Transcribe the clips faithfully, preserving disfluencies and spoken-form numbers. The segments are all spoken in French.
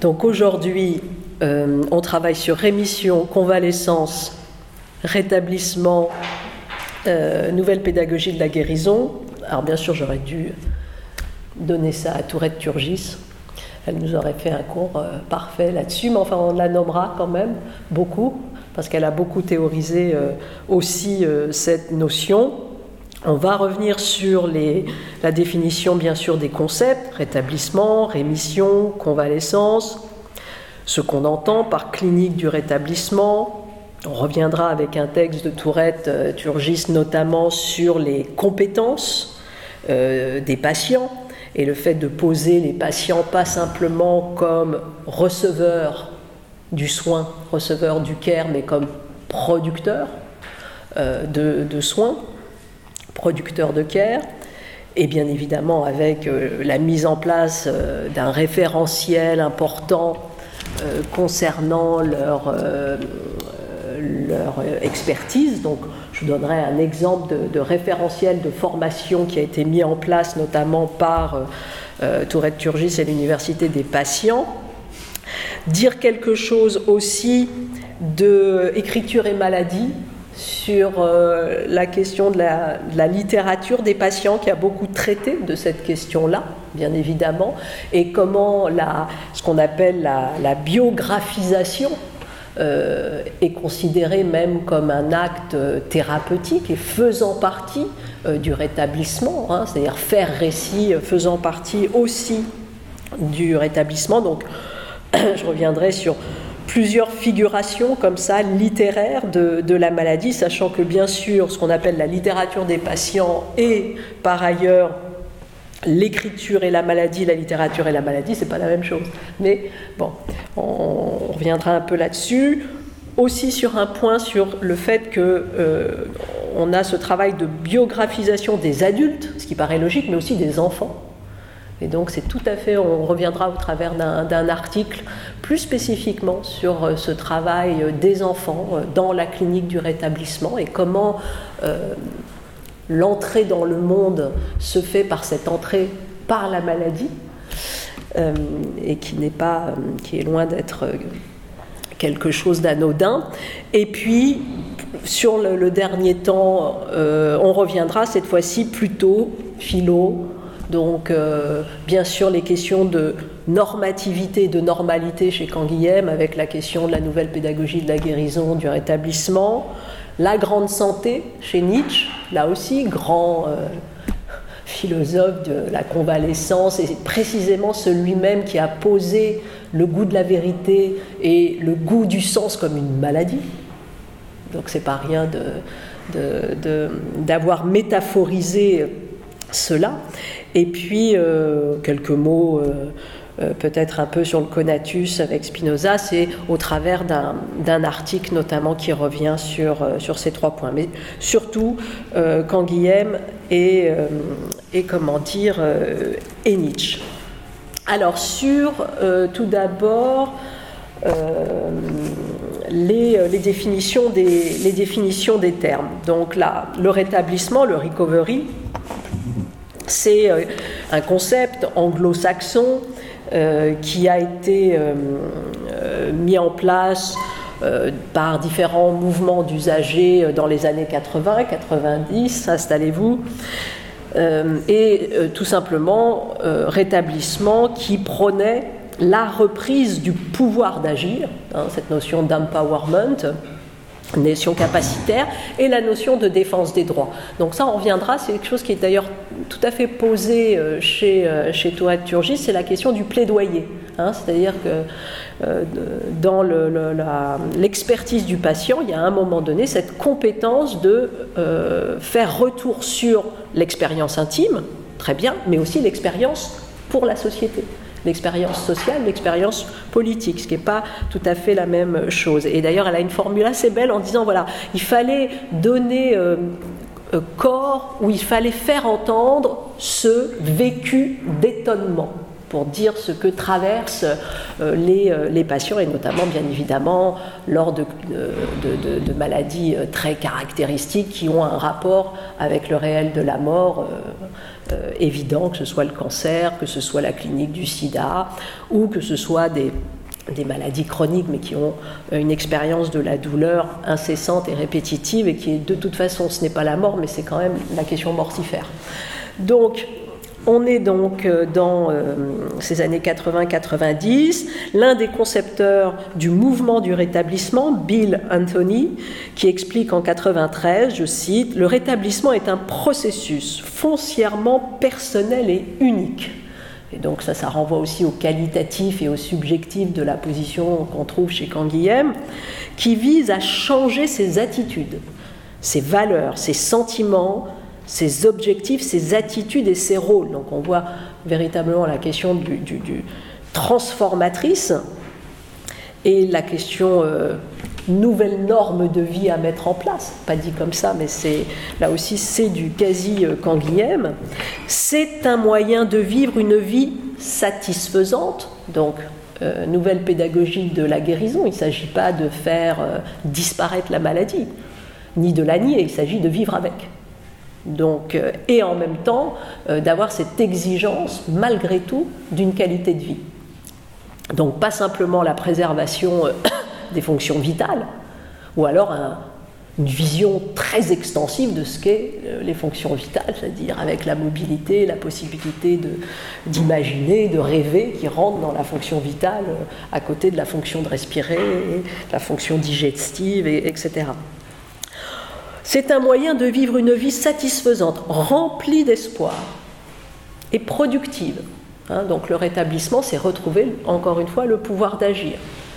Donc aujourd'hui, euh, on travaille sur rémission, convalescence, rétablissement, euh, nouvelle pédagogie de la guérison. Alors bien sûr, j'aurais dû donner ça à Tourette Turgis. Elle nous aurait fait un cours euh, parfait là-dessus, mais enfin on la nommera quand même beaucoup, parce qu'elle a beaucoup théorisé euh, aussi euh, cette notion. On va revenir sur les, la définition bien sûr des concepts, rétablissement, rémission, convalescence, ce qu'on entend par clinique du rétablissement. On reviendra avec un texte de Tourette euh, Turgis notamment sur les compétences euh, des patients et le fait de poser les patients pas simplement comme receveurs du soin, receveurs du care, mais comme producteurs euh, de, de soins, producteurs de care, et bien évidemment avec euh, la mise en place euh, d'un référentiel important euh, concernant leur, euh, leur expertise. Donc je vous donnerai un exemple de, de référentiel de formation qui a été mis en place notamment par euh, Tourette Turgis et l'Université des patients. Dire quelque chose aussi de écriture et maladie, sur euh, la question de la, de la littérature des patients qui a beaucoup traité de cette question-là, bien évidemment, et comment la, ce qu'on appelle la, la biographisation euh, est considérée même comme un acte thérapeutique et faisant partie euh, du rétablissement, hein, c'est-à-dire faire récit faisant partie aussi du rétablissement. Donc, je reviendrai sur plusieurs figurations comme ça littéraires de, de la maladie, sachant que bien sûr ce qu'on appelle la littérature des patients et par ailleurs l'écriture et la maladie, la littérature et la maladie, c'est pas la même chose. Mais bon, on, on reviendra un peu là-dessus. Aussi sur un point sur le fait que euh, on a ce travail de biographisation des adultes, ce qui paraît logique, mais aussi des enfants. Et donc c'est tout à fait, on reviendra au travers d'un, d'un article plus spécifiquement sur ce travail des enfants dans la clinique du rétablissement et comment euh, l'entrée dans le monde se fait par cette entrée par la maladie euh, et qui n'est pas, qui est loin d'être quelque chose d'anodin. Et puis sur le, le dernier temps, euh, on reviendra cette fois-ci plutôt philo. Donc, euh, bien sûr, les questions de normativité, de normalité chez Canguilhem, avec la question de la nouvelle pédagogie de la guérison, du rétablissement. La grande santé chez Nietzsche, là aussi, grand euh, philosophe de la convalescence, et c'est précisément celui-même qui a posé le goût de la vérité et le goût du sens comme une maladie. Donc, c'est pas rien de, de, de, d'avoir métaphorisé cela. Et puis, euh, quelques mots euh, euh, peut-être un peu sur le conatus avec Spinoza, c'est au travers d'un, d'un article notamment qui revient sur, euh, sur ces trois points. Mais surtout, euh, Canguilhem et, euh, et comment dire, euh, et Nietzsche. Alors, sur euh, tout d'abord euh, les, les, définitions des, les définitions des termes. Donc là, le rétablissement, le recovery, c'est un concept anglo-saxon euh, qui a été euh, euh, mis en place euh, par différents mouvements d'usagers dans les années quatre-vingts quatre-vingt-dix, installez-vous, euh, et euh, tout simplement euh, rétablissement qui prônait la reprise du pouvoir d'agir, hein, cette notion d'empowerment, notion capacitaire, et la notion de défense des droits. Donc ça, on reviendra, c'est quelque chose qui est d'ailleurs tout à fait posé chez, chez Tourette Turgis, c'est la question du plaidoyer. Hein, c'est-à-dire que euh, dans le, le, la, l'expertise du patient, il y a à un moment donné cette compétence de euh, faire retour sur l'expérience intime, très bien, mais aussi l'expérience pour la société. L'expérience sociale, l'expérience politique, ce qui n'est pas tout à fait la même chose. Et d'ailleurs, elle a une formule assez belle en disant, voilà, il fallait donner euh, euh, corps, ou il fallait faire entendre ce vécu d'étonnement, pour dire ce que traversent euh, les, euh, les patients, et notamment, bien évidemment, lors de, de, de, de maladies très caractéristiques qui ont un rapport avec le réel de la mort, euh, euh, évident, que ce soit le cancer, que ce soit la clinique du sida, ou que ce soit des, des maladies chroniques, mais qui ont une expérience de la douleur incessante et répétitive, et qui est de toute façon, ce n'est pas la mort, mais c'est quand même la question mortifère. Donc, on est donc dans euh, ces années quatre-vingts quatre-vingt-dix. L'un des concepteurs du mouvement du rétablissement, Bill Anthony, qui explique en quatre-vingt-treize, je cite, « Le rétablissement est un processus foncièrement personnel et unique. » Et donc ça, ça renvoie aussi au qualitatif et au subjectif de la position qu'on trouve chez Canguilhem, qui vise à changer ses attitudes, ses valeurs, ses sentiments, ses objectifs, ses attitudes et ses rôles. Donc on voit véritablement la question du, du, du transformatrice et la question euh, nouvelle norme de vie à mettre en place. Pas dit comme ça, mais c'est, là aussi c'est du quasi Canguilhem. C'est un moyen de vivre une vie satisfaisante, donc euh, nouvelle pédagogie de la guérison. Il ne s'agit pas de faire euh, disparaître la maladie, ni de la nier, il s'agit de vivre avec. Donc, euh, et en même temps euh, d'avoir cette exigence malgré tout d'une qualité de vie. Donc pas simplement la préservation euh, des fonctions vitales, ou alors un, une vision très extensive de ce qu'est euh, les fonctions vitales, c'est-à-dire avec la mobilité, la possibilité de, d'imaginer, de rêver qui rentre dans la fonction vitale euh, à côté de la fonction de respirer, et la fonction digestive, et, etc. C'est un moyen de vivre une vie satisfaisante, remplie d'espoir et productive. Hein, donc le rétablissement, c'est retrouver, encore une fois, le pouvoir d'agir.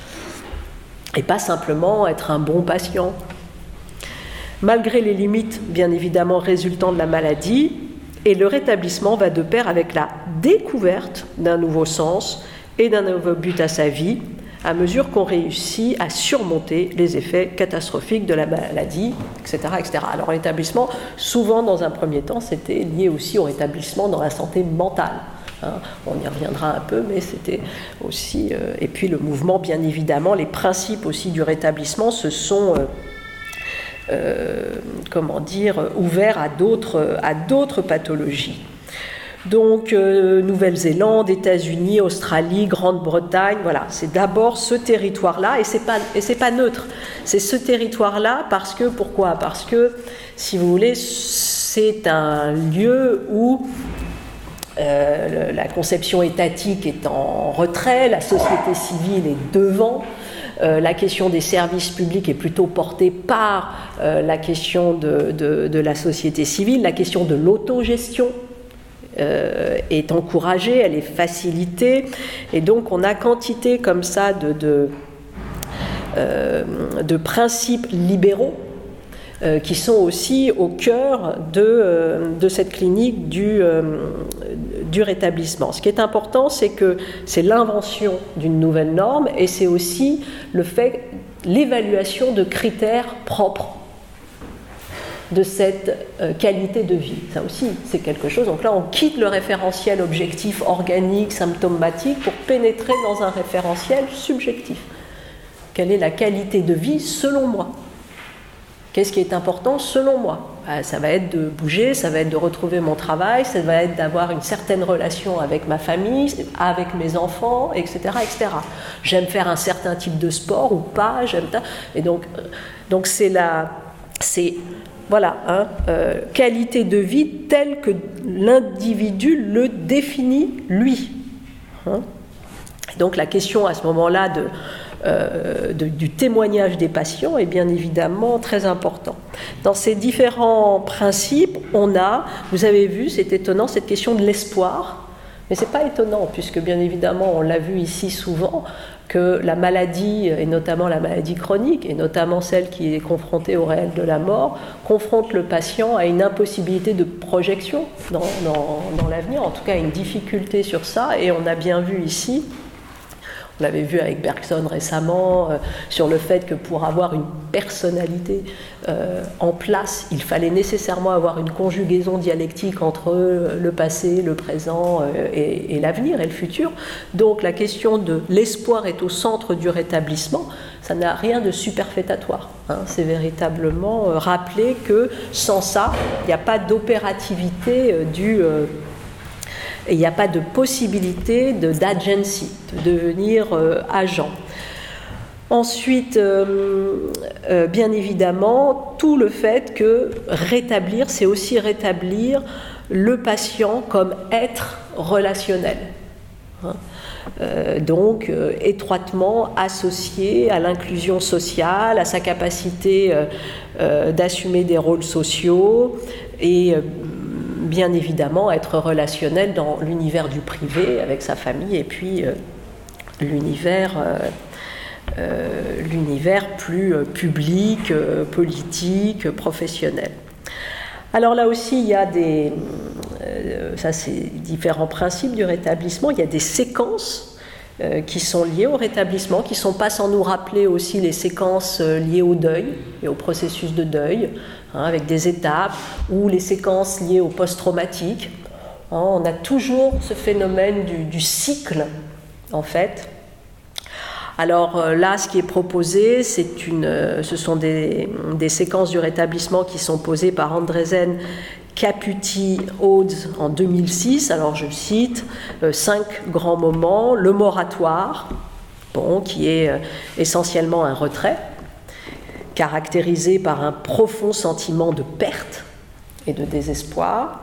Et pas simplement être un bon patient. Malgré les limites, bien évidemment, résultant de la maladie, et le rétablissement va de pair avec la découverte d'un nouveau sens et d'un nouveau but à sa vie, à mesure qu'on réussit à surmonter les effets catastrophiques de la maladie, et cetera, et cetera. Alors l'établissement, souvent dans un premier temps, c'était lié aussi au rétablissement dans la santé mentale. Hein, on y reviendra un peu, mais c'était aussi... Euh, et puis le mouvement, bien évidemment, les principes aussi du rétablissement se sont... Euh, euh, comment dire, ouverts à d'autres, à d'autres pathologies. Donc, euh, Nouvelle-Zélande, États-Unis, Australie, Grande-Bretagne, voilà, c'est d'abord ce territoire-là, et c'est pas, et c'est pas neutre. C'est ce territoire-là parce que, pourquoi ? Parce que, si vous voulez, c'est un lieu où euh, la conception étatique est en retrait, la société civile est devant. Euh, la question des services publics est plutôt portée par euh, la question de, de, de la société civile, la question de l'autogestion. Euh, est encouragée, elle est facilitée, et donc on a quantité comme ça de, de, euh, de principes libéraux euh, qui sont aussi au cœur de, euh, de cette clinique du, euh, du rétablissement. Ce qui est important, c'est que c'est l'invention d'une nouvelle norme, et c'est aussi le fait, l'évaluation de critères propres de cette euh, qualité de vie. Ça aussi, c'est quelque chose. Donc là, on quitte le référentiel objectif, organique, symptomatique, pour pénétrer dans un référentiel subjectif. Quelle est la qualité de vie selon moi ? Qu'est-ce qui est important selon moi ? Ben, ça va être de bouger, ça va être de retrouver mon travail, ça va être d'avoir une certaine relation avec ma famille, avec mes enfants, et cetera, et cetera. J'aime faire un certain type de sport ou pas, j'aime... Et donc, euh, donc c'est la... C'est... Voilà, hein, euh, qualité de vie telle que l'individu le définit lui. Hein. Donc la question à ce moment-là de, euh, de, du témoignage des patients est bien évidemment très important. Dans ces différents principes, on a, vous avez vu, c'est étonnant, cette question de l'espoir. Mais ce n'est pas étonnant, puisque bien évidemment, on l'a vu ici souvent, que la maladie, et notamment la maladie chronique, et notamment celle qui est confrontée au réel de la mort, confronte le patient à une impossibilité de projection dans, dans, dans l'avenir, en tout cas une difficulté sur ça, et on a bien vu ici, On l'avait vu avec Bergson récemment, euh, sur le fait que pour avoir une personnalité euh, en place, il fallait nécessairement avoir une conjugaison dialectique entre le passé, le présent euh, et, et l'avenir et le futur. Donc la question de l'espoir est au centre du rétablissement, ça n'a rien de superfétatoire. Hein. C'est véritablement euh, rappeler que sans ça, il n'y a pas d'opérativité euh, du... Euh, Et il n'y a pas de possibilité de, d'agency, de devenir euh, agent. Ensuite, euh, euh, bien évidemment, tout le fait que rétablir, c'est aussi rétablir le patient comme être relationnel. Hein. Euh, donc, euh, étroitement associé à l'inclusion sociale, à sa capacité euh, euh, d'assumer des rôles sociaux et euh, bien évidemment être relationnel dans l'univers du privé avec sa famille et puis euh, l'univers, euh, euh, l'univers plus euh, public, euh, politique, professionnel. Alors là aussi, il y a des, euh, ça c'est différents principes du rétablissement, il y a des séquences euh, qui sont liées au rétablissement, qui ne sont pas sans nous rappeler aussi les séquences euh, liées au deuil et au processus de deuil, hein, avec des étapes, ou les séquences liées au post-traumatique. Hein, on a toujours ce phénomène du, du cycle, en fait. Alors euh, là, ce qui est proposé, c'est une, euh, ce sont des, des séquences du rétablissement qui sont posées par Andresen, Caputi, Odes en deux mille six. Alors je cite euh, cinq grands moments. Le moratoire, bon, qui est euh, essentiellement un retrait, caractérisé par un profond sentiment de perte et de désespoir.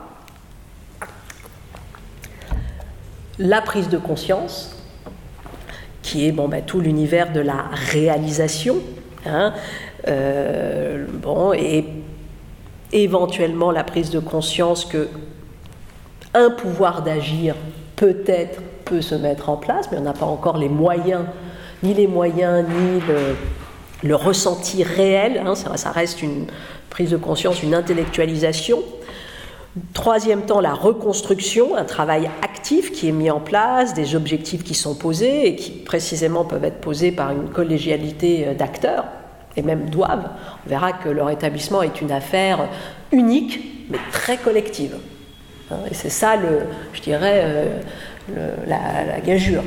La prise de conscience, qui est bon, ben, tout l'univers de la réalisation, hein, euh, bon, et éventuellement la prise de conscience que un pouvoir d'agir peut-être peut se mettre en place, mais on n'a pas encore les moyens, ni les moyens, ni le, le ressenti réel, hein, ça, ça reste une prise de conscience, une intellectualisation. Troisième temps, la reconstruction, un travail actif qui est mis en place, des objectifs qui sont posés et qui précisément peuvent être posés par une collégialité d'acteurs, et même doivent. On verra que le rétablissement est une affaire unique, mais très collective. Et c'est ça, le, je dirais, euh, le, la, la gageure.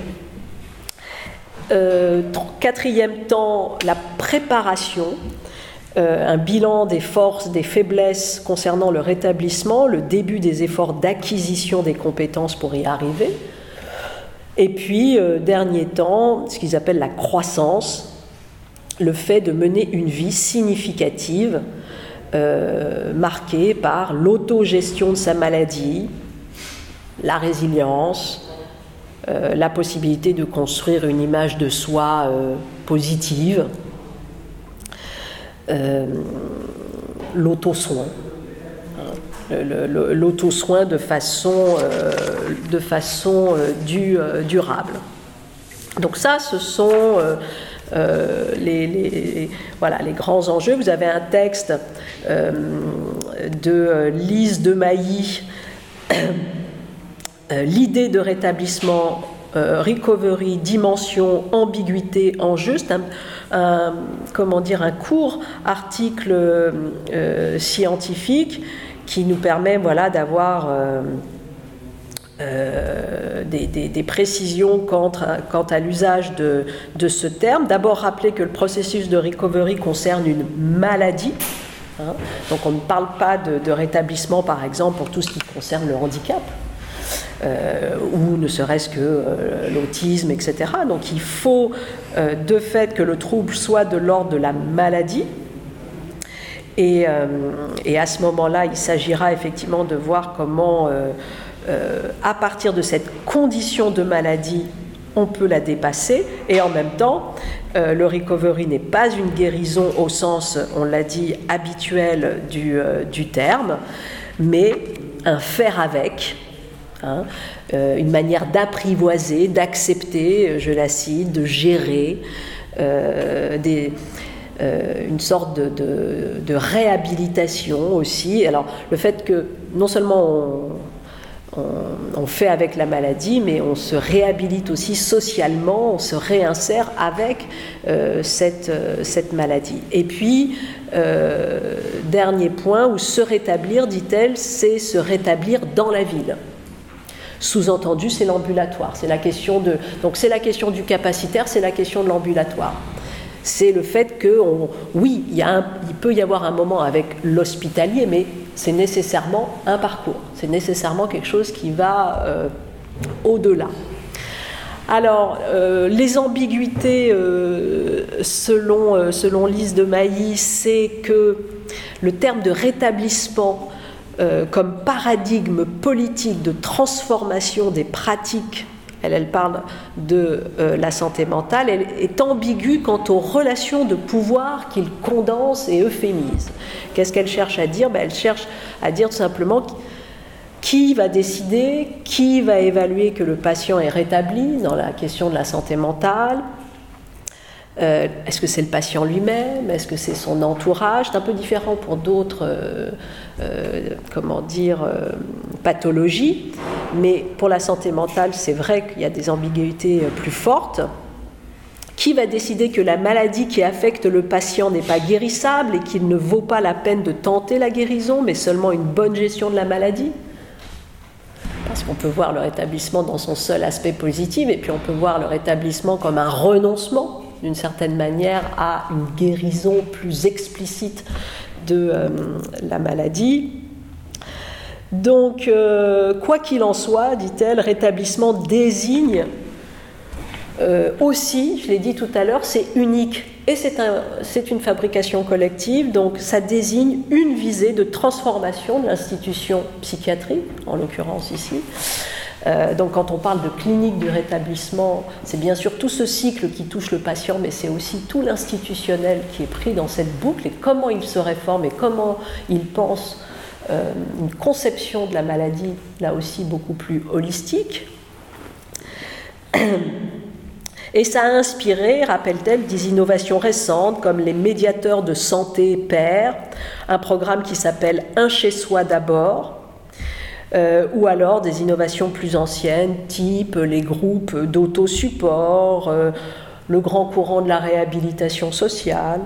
Euh, quatrième temps, la préparation. Euh, un bilan des forces, des faiblesses concernant le rétablissement, le début des efforts d'acquisition des compétences pour y arriver. Et puis, euh, dernier temps, ce qu'ils appellent la croissance, le fait de mener une vie significative, euh, marquée par l'autogestion de sa maladie, la résilience, euh, la possibilité de construire une image de soi euh, positive, euh, l'auto-soin, hein, le, le, l'auto-soin de façon, euh, de façon euh, du, euh, durable. Donc ça, ce sont euh, euh, les, les, voilà, les grands enjeux. Vous avez un texte euh, de Lise de Mailly, euh, l'idée de rétablissement, euh, recovery, dimension, ambiguïté, enjeu. C'est un, un, comment dire, un court article euh, scientifique qui nous permet, voilà, d'avoir euh, Euh, des, des, des précisions quant à, quant à l'usage de, de ce terme. D'abord, rappeler que le processus de recovery concerne une maladie. Hein, donc, on ne parle pas de, de rétablissement, par exemple, pour tout ce qui concerne le handicap, euh, ou ne serait-ce que euh, l'autisme, et cetera. Donc, il faut euh, de fait que le trouble soit de l'ordre de la maladie. Et, euh, et à ce moment-là, il s'agira effectivement de voir comment euh, Euh, à partir de cette condition de maladie, on peut la dépasser. Et en même temps, euh, le recovery n'est pas une guérison au sens, on l'a dit, habituel du, euh, du terme, mais un faire avec, hein, euh, une manière d'apprivoiser, d'accepter, je la cite, de gérer, euh, des... Euh, une sorte de, de, de réhabilitation aussi. Alors, le fait que non seulement on on, on fait avec la maladie, mais on se réhabilite aussi socialement, on se réinsère avec euh, cette, euh, cette maladie. Et puis, euh, dernier point, où se rétablir, dit-elle, c'est se rétablir dans la ville. Sous-entendu, c'est l'ambulatoire. C'est la question de, donc c'est la question du capacitaire, c'est la question de l'ambulatoire. C'est le fait que, on, oui, il, y a un, il peut y avoir un moment avec l'hospitalier, mais c'est nécessairement un parcours. C'est nécessairement quelque chose qui va euh, au-delà. Alors, euh, les ambiguïtés, euh, selon, euh, selon Lise de Mailly, c'est que le terme de rétablissement euh, comme paradigme politique de transformation des pratiques, elle, elle parle de euh, la santé mentale, elle est ambiguë quant aux relations de pouvoir qu'il condense et euphémise. Qu'est-ce qu'elle cherche à dire ? Ben, elle cherche à dire tout simplement qui va décider, qui va évaluer que le patient est rétabli dans la question de la santé mentale. Euh, est-ce que c'est le patient lui-même ? Est-ce que c'est son entourage ? C'est un peu différent pour d'autres euh, euh, comment dire, euh, pathologies, mais pour la santé mentale, c'est vrai qu'il y a des ambiguïtés plus fortes. Qui va décider que la maladie qui affecte le patient n'est pas guérissable et qu'il ne vaut pas la peine de tenter la guérison, mais seulement une bonne gestion de la maladie ? Parce qu'on peut voir le rétablissement dans son seul aspect positif, et puis on peut voir le rétablissement comme un renoncement, d'une certaine manière, à une guérison plus explicite de euh, la maladie. Donc, euh, quoi qu'il en soit, dit-elle, rétablissement désigne euh, aussi, je l'ai dit tout à l'heure, c'est unique. Et c'est, un, c'est une fabrication collective, donc ça désigne une visée de transformation de l'institution psychiatrique, en l'occurrence ici. Euh, donc quand on parle de clinique du rétablissement, c'est bien sûr tout ce cycle qui touche le patient, mais c'est aussi tout l'institutionnel qui est pris dans cette boucle, et comment il se réforme et comment il pense euh, une conception de la maladie, là aussi beaucoup plus holistique. Et ça a inspiré, rappelle-t-elle, des innovations récentes comme les médiateurs de santé pairs, un programme qui s'appelle Un chez soi d'abord, euh, ou alors des innovations plus anciennes, type les groupes d'autosupport, euh, le grand courant de la réhabilitation sociale.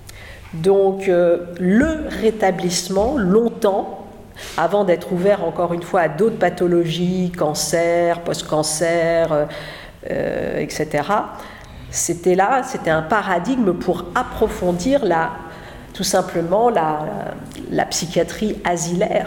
Donc euh, le rétablissement, longtemps, avant d'être ouvert encore une fois à d'autres pathologies, cancer, post-cancer, euh, Euh, et cetera. C'était là, c'était un paradigme pour approfondir la, tout simplement la, la, la psychiatrie asilaire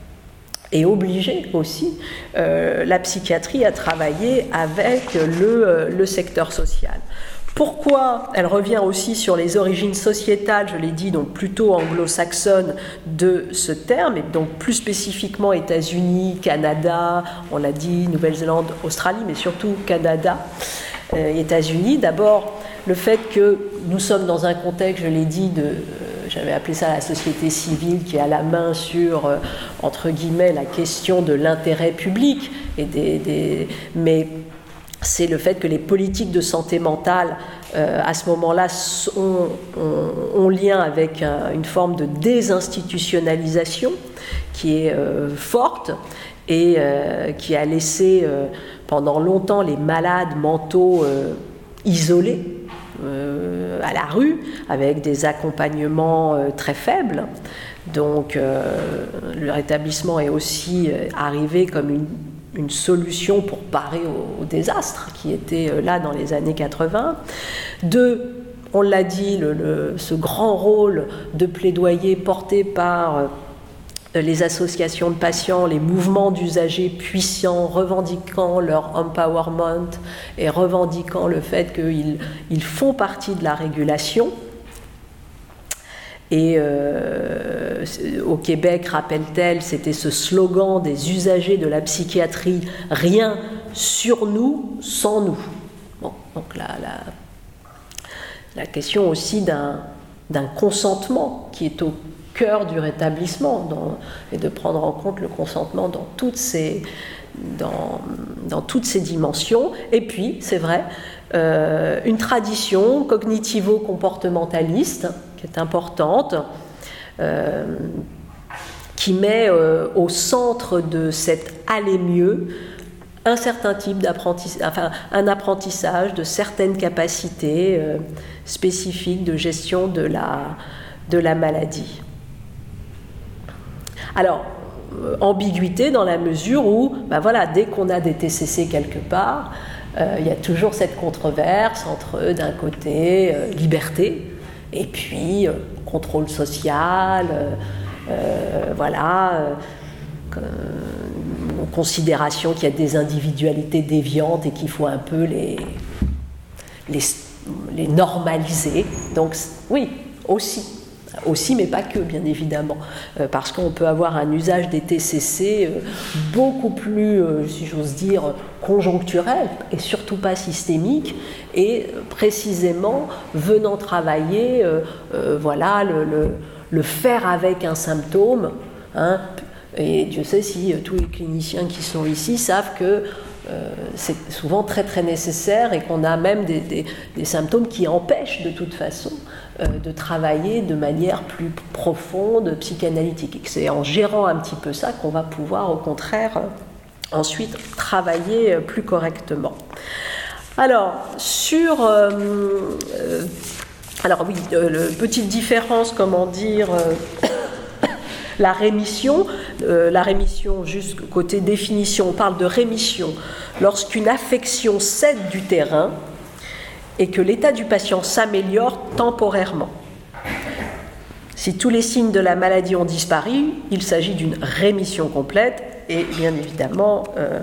et obliger aussi euh, la psychiatrie à travailler avec le, le secteur social. Pourquoi elle revient aussi sur les origines sociétales, je l'ai dit, donc plutôt anglo-saxonnes de ce terme, et donc plus spécifiquement États-Unis, Canada, on l'a dit, Nouvelle-Zélande, Australie, mais surtout Canada et euh, États-Unis. D'abord, le fait que nous sommes dans un contexte, je l'ai dit, de, euh, j'avais appelé ça la société civile qui a la main sur, euh, entre guillemets, la question de l'intérêt public, et des, des, mais c'est le fait que les politiques de santé mentale, euh, à ce moment-là, ont, ont, ont lien avec un, une forme de désinstitutionnalisation qui est euh, forte et euh, qui a laissé euh, pendant longtemps les malades mentaux euh, isolés euh, à la rue, avec des accompagnements euh, très faibles. Donc euh, le rétablissement est aussi euh, arrivé comme une une solution pour parer au, au désastre qui était là dans les années quatre-vingts. Deux, on l'a dit, le, le, ce grand rôle de plaidoyer porté par euh, les associations de patients, les mouvements d'usagers puissants, revendiquant leur empowerment et revendiquant le fait qu'ils ils font partie de la régulation. Et euh, au Québec, rappelle-t-elle, c'était ce slogan des usagers de la psychiatrie, rien sur nous sans nous. Bon, donc la, la, la question aussi d'un, d'un consentement qui est au cœur du rétablissement, dans, et de prendre en compte le consentement dans toutes ces, dans, dans toutes ces dimensions. Et puis, c'est vrai, euh, une tradition cognitivo-comportementaliste qui est importante, euh, qui met euh, au centre de cet aller mieux un certain type d'apprentissage, enfin un apprentissage de certaines capacités euh, spécifiques de gestion de la, de la maladie. Alors, euh, ambiguïté dans la mesure où, ben voilà, dès qu'on a des T C C quelque part, euh, il y a toujours cette controverse entre, d'un côté, euh, liberté, et puis euh, contrôle social, euh, euh, voilà, euh, considération qu'il y a des individualités déviantes et qu'il faut un peu les, les, les normaliser. Donc oui, aussi, aussi, mais pas que, bien évidemment, euh, parce qu'on peut avoir un usage des T C C euh, beaucoup plus, euh, si j'ose dire, conjoncturel et surtout pas systémique, et euh, précisément venant travailler, euh, euh, voilà, le, le, le faire avec un symptôme, hein. Et Dieu sait si euh, tous les cliniciens qui sont ici savent que euh, c'est souvent très très nécessaire et qu'on a même des, des, des symptômes qui empêchent de toute façon euh, de travailler de manière plus profonde, psychanalytique. Et que c'est en gérant un petit peu ça qu'on va pouvoir au contraire euh, ensuite travailler euh, plus correctement. Alors, sur... Euh, euh, alors oui, euh, le, petite différence, comment dire... Euh, La rémission, euh, la rémission, juste côté définition, on parle de rémission lorsqu'une affection cède du terrain et que l'état du patient s'améliore temporairement. Si tous les signes de la maladie ont disparu, il s'agit d'une rémission complète et bien évidemment, euh,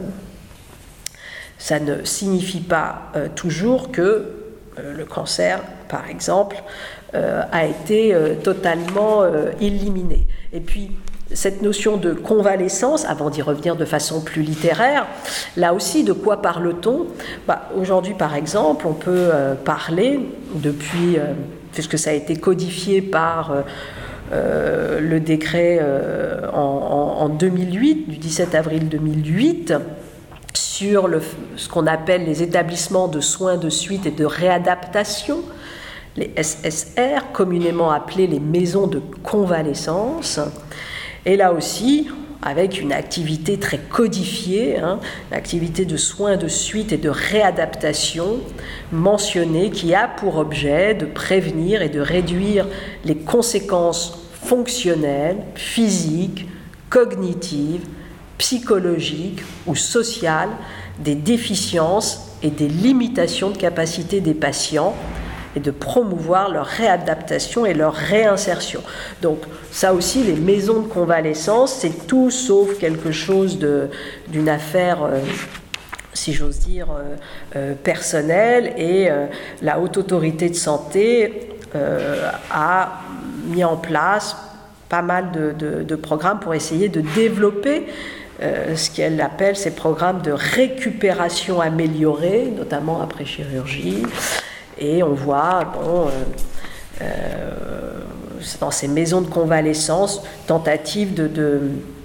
ça ne signifie pas euh, toujours que euh, le cancer, par exemple, euh, a été euh, totalement euh, éliminé. Et puis, cette notion de convalescence, avant d'y revenir de façon plus littéraire, là aussi, de quoi parle-t-on ? Bah, aujourd'hui, par exemple, on peut euh, parler, depuis, euh, puisque ça a été codifié par euh, euh, le décret euh, en, en, en deux mille huit, du dix-sept avril deux mille huit, sur le, ce qu'on appelle les établissements de soins de suite et de réadaptation, les S S R, communément appelés les maisons de convalescence. Et là aussi, avec une activité très codifiée, hein, l'activité de soins de suite et de réadaptation mentionnée qui a pour objet de prévenir et de réduire les conséquences fonctionnelles, physiques, cognitives, psychologiques ou sociales des déficiences et des limitations de capacité des patients et de promouvoir leur réadaptation et leur réinsertion. Donc ça aussi, les maisons de convalescence, c'est tout sauf quelque chose de, d'une affaire, euh, si j'ose dire, euh, euh, personnelle, et euh, la Haute Autorité de Santé euh, a mis en place pas mal de, de, de programmes pour essayer de développer Euh, ce qu'elle appelle ces programmes de récupération améliorée, notamment après chirurgie. Et on voit, bon, euh, euh, dans ces maisons de convalescence, tentative de, de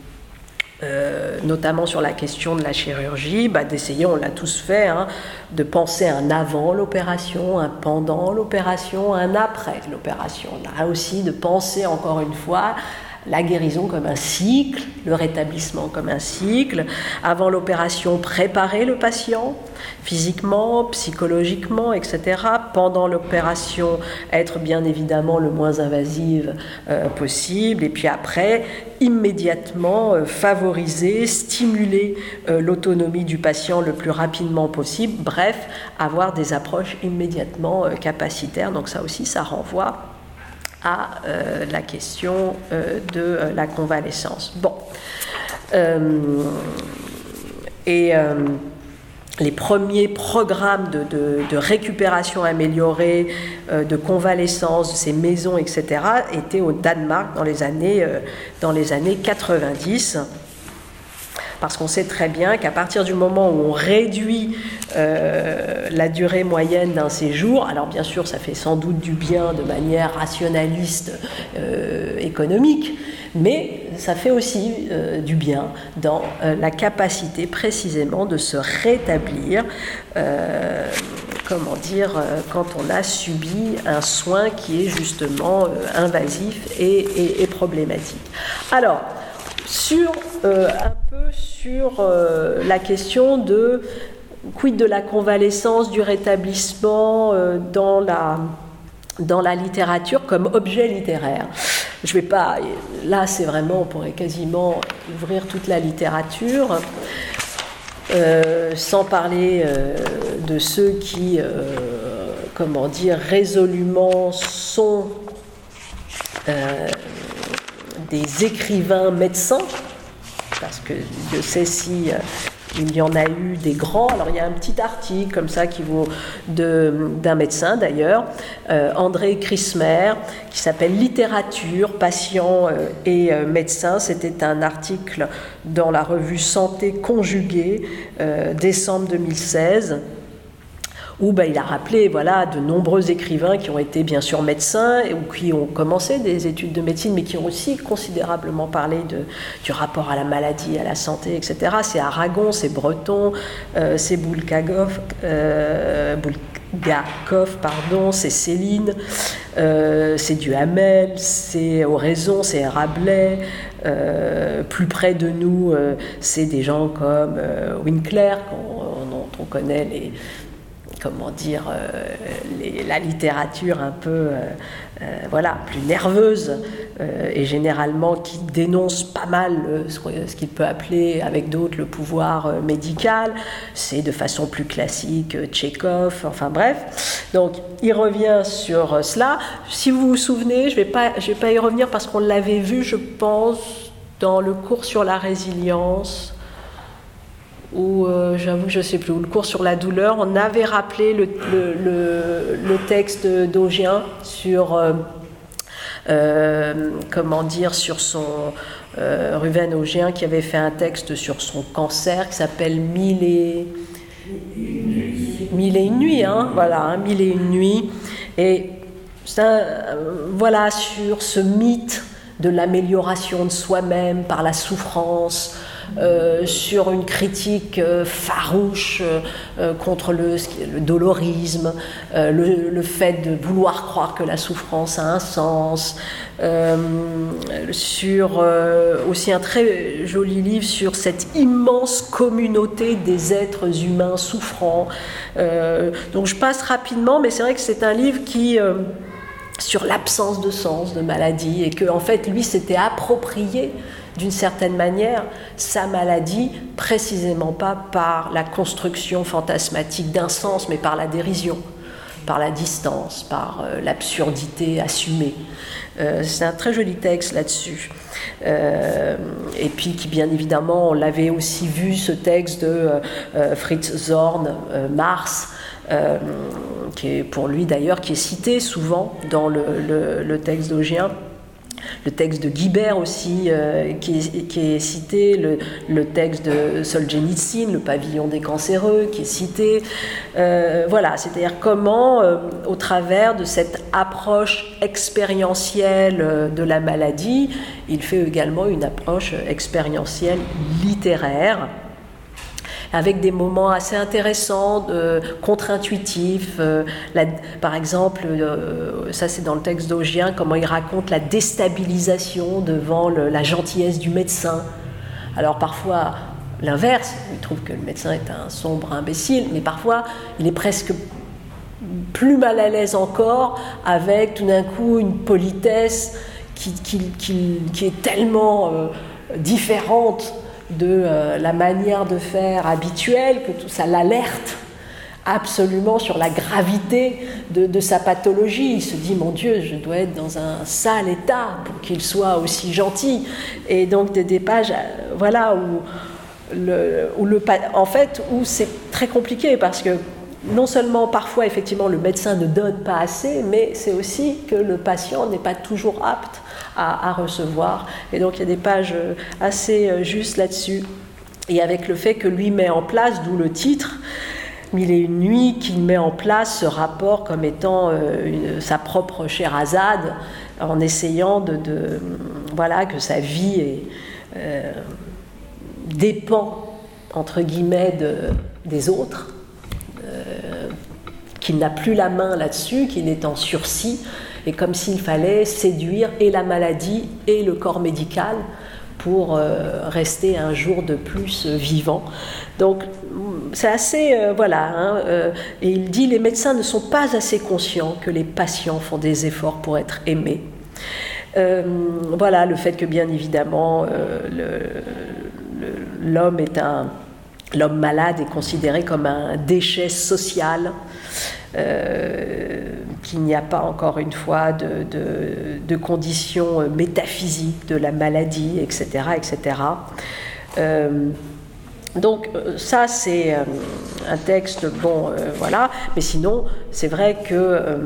euh, notamment sur la question de la chirurgie, bah, d'essayer, on l'a tous fait, hein, de penser un avant l'opération, un pendant l'opération, un après l'opération. Là aussi, de penser encore une fois la guérison comme un cycle, le rétablissement comme un cycle. Avant l'opération, préparer le patient physiquement, psychologiquement, et cetera. Pendant l'opération, être bien évidemment le moins invasive euh, possible. Et puis après, immédiatement euh, favoriser, stimuler euh, l'autonomie du patient le plus rapidement possible. Bref, avoir des approches immédiatement euh, capacitaires. Donc ça aussi, ça renvoie à euh, la question euh, de euh, la convalescence. Bon. Euh, et euh, les premiers programmes de, de, de récupération améliorée, euh, de convalescence, de ces maisons, et cetera, étaient au Danemark dans les années, euh, dans les années quatre-vingt-dix. Parce qu'on sait très bien qu'à partir du moment où on réduit euh, la durée moyenne d'un séjour, alors bien sûr ça fait sans doute du bien de manière rationaliste euh, économique, mais ça fait aussi euh, du bien dans euh, la capacité précisément de se rétablir, euh, comment dire, euh, quand on a subi un soin qui est justement euh, invasif et, et, et problématique. Alors, sur, euh, un peu sur euh, la question de quid de la convalescence, du rétablissement euh, dans la, dans la littérature comme objet littéraire. Je vais pas, là c'est vraiment, on pourrait quasiment ouvrir toute la littérature, euh, sans parler euh, de ceux qui, euh, comment dire, résolument sont euh, des écrivains médecins, parce que Dieu sait si euh, il y en a eu des grands. Alors il y a un petit article comme ça qui vaut de, d'un médecin d'ailleurs, euh, André Crismer, qui s'appelle Littérature, patient euh, et euh, médecin. C'était un article dans la revue Santé conjuguée, euh, décembre deux mille seize. Où ben, il a rappelé voilà, de nombreux écrivains qui ont été bien sûr médecins ou qui ont commencé des études de médecine, mais qui ont aussi considérablement parlé de, du rapport à la maladie, à la santé, et cetera. C'est Aragon, c'est Breton, euh, c'est Bulgakov, euh, Bulgakov, pardon, c'est Céline, euh, c'est Duhamel, c'est Oraison, c'est Rabelais. Euh, plus près de nous, euh, c'est des gens comme euh, Winkler, dont on connaît les comment dire, euh, les, la littérature un peu euh, euh, voilà, plus nerveuse euh, et généralement qui dénonce pas mal euh, ce, ce qu'il peut appeler avec d'autres le pouvoir euh, médical. C'est de façon plus classique euh, Tchekhov, enfin bref. Donc il revient sur euh, cela. Si vous vous souvenez, je ne vais pas, je vais pas y revenir parce qu'on l'avait vu, je pense, dans le cours sur la résilience, où, euh, j'avoue, je ne sais plus, où le cours sur la douleur, on avait rappelé le, le, le, le texte d'Augien sur, euh, euh, comment dire, sur son, euh, Ruven Augien, qui avait fait un texte sur son cancer, qui s'appelle Mille et, Mille et une nuits, hein, voilà, hein, Mille et une nuits, et ça, euh, voilà, sur ce mythe de l'amélioration de soi-même par la souffrance, Euh, sur une critique euh, farouche euh, contre le, le dolorisme, euh, le, le fait de vouloir croire que la souffrance a un sens, euh, sur euh, aussi un très joli livre sur cette immense communauté des êtres humains souffrants. Euh, donc je passe rapidement, mais c'est vrai que c'est un livre qui... Euh, sur l'absence de sens, de maladie, et que en fait lui s'était approprié d'une certaine manière sa maladie, précisément pas par la construction fantasmatique d'un sens, mais par la dérision, par la distance, par euh, l'absurdité assumée. Euh, c'est un très joli texte là-dessus. Euh, et puis qui, bien évidemment, on l'avait aussi vu, ce texte de euh, Fritz Zorn, euh, Mars, euh, qui est pour lui d'ailleurs, qui est cité souvent dans le, le, le texte d'Augien. Le texte de Guibert aussi, euh, qui, est, qui est cité, le, le texte de Solzhenitsyn, Le pavillon des cancéreux, qui est cité. Euh, voilà, c'est-à-dire comment, euh, au travers de cette approche expérientielle euh, de la maladie, il fait également une approche expérientielle littéraire, avec des moments assez intéressants, euh, contre-intuitifs. Euh, la, par exemple, euh, ça c'est dans le texte d'Augien, comment il raconte la déstabilisation devant le, la gentillesse du médecin. Alors parfois, l'inverse, il trouve que le médecin est un sombre imbécile, mais parfois, il est presque plus mal à l'aise encore avec tout d'un coup une politesse qui, qui, qui, qui est tellement euh, différente de euh, la manière de faire habituelle, que tout ça l'alerte absolument sur la gravité de, de sa pathologie. Il se dit, mon Dieu, je dois être dans un sale état pour qu'il soit aussi gentil. Et donc des, des pages, euh, voilà, où, le, où le, en fait, où c'est très compliqué, parce que non seulement parfois effectivement le médecin ne donne pas assez, mais c'est aussi que le patient n'est pas toujours apte à, à recevoir. Et donc il y a des pages assez justes là-dessus. Et avec le fait que lui met en place, d'où le titre, Mille et une nuits, qu'il met en place ce rapport comme étant euh, une, sa propre Sherazade, en essayant de, de voilà, que sa vie est, euh, dépend entre guillemets de, des autres. Euh, qu'il n'a plus la main là-dessus, qu'il est en sursis, et comme s'il fallait séduire et la maladie et le corps médical pour euh, rester un jour de plus euh, vivant. Donc c'est assez, euh, voilà, hein, euh, et il dit, les médecins ne sont pas assez conscients que les patients font des efforts pour être aimés. Euh, voilà, le fait que bien évidemment euh, le, le, l'homme est un, l'homme malade est considéré comme un déchet social, euh, qu'il n'y a pas encore une fois de, de, de conditions métaphysiques de la maladie, et cetera, et cetera. Euh, Donc ça c'est euh, un texte, bon euh, voilà, mais sinon c'est vrai que euh,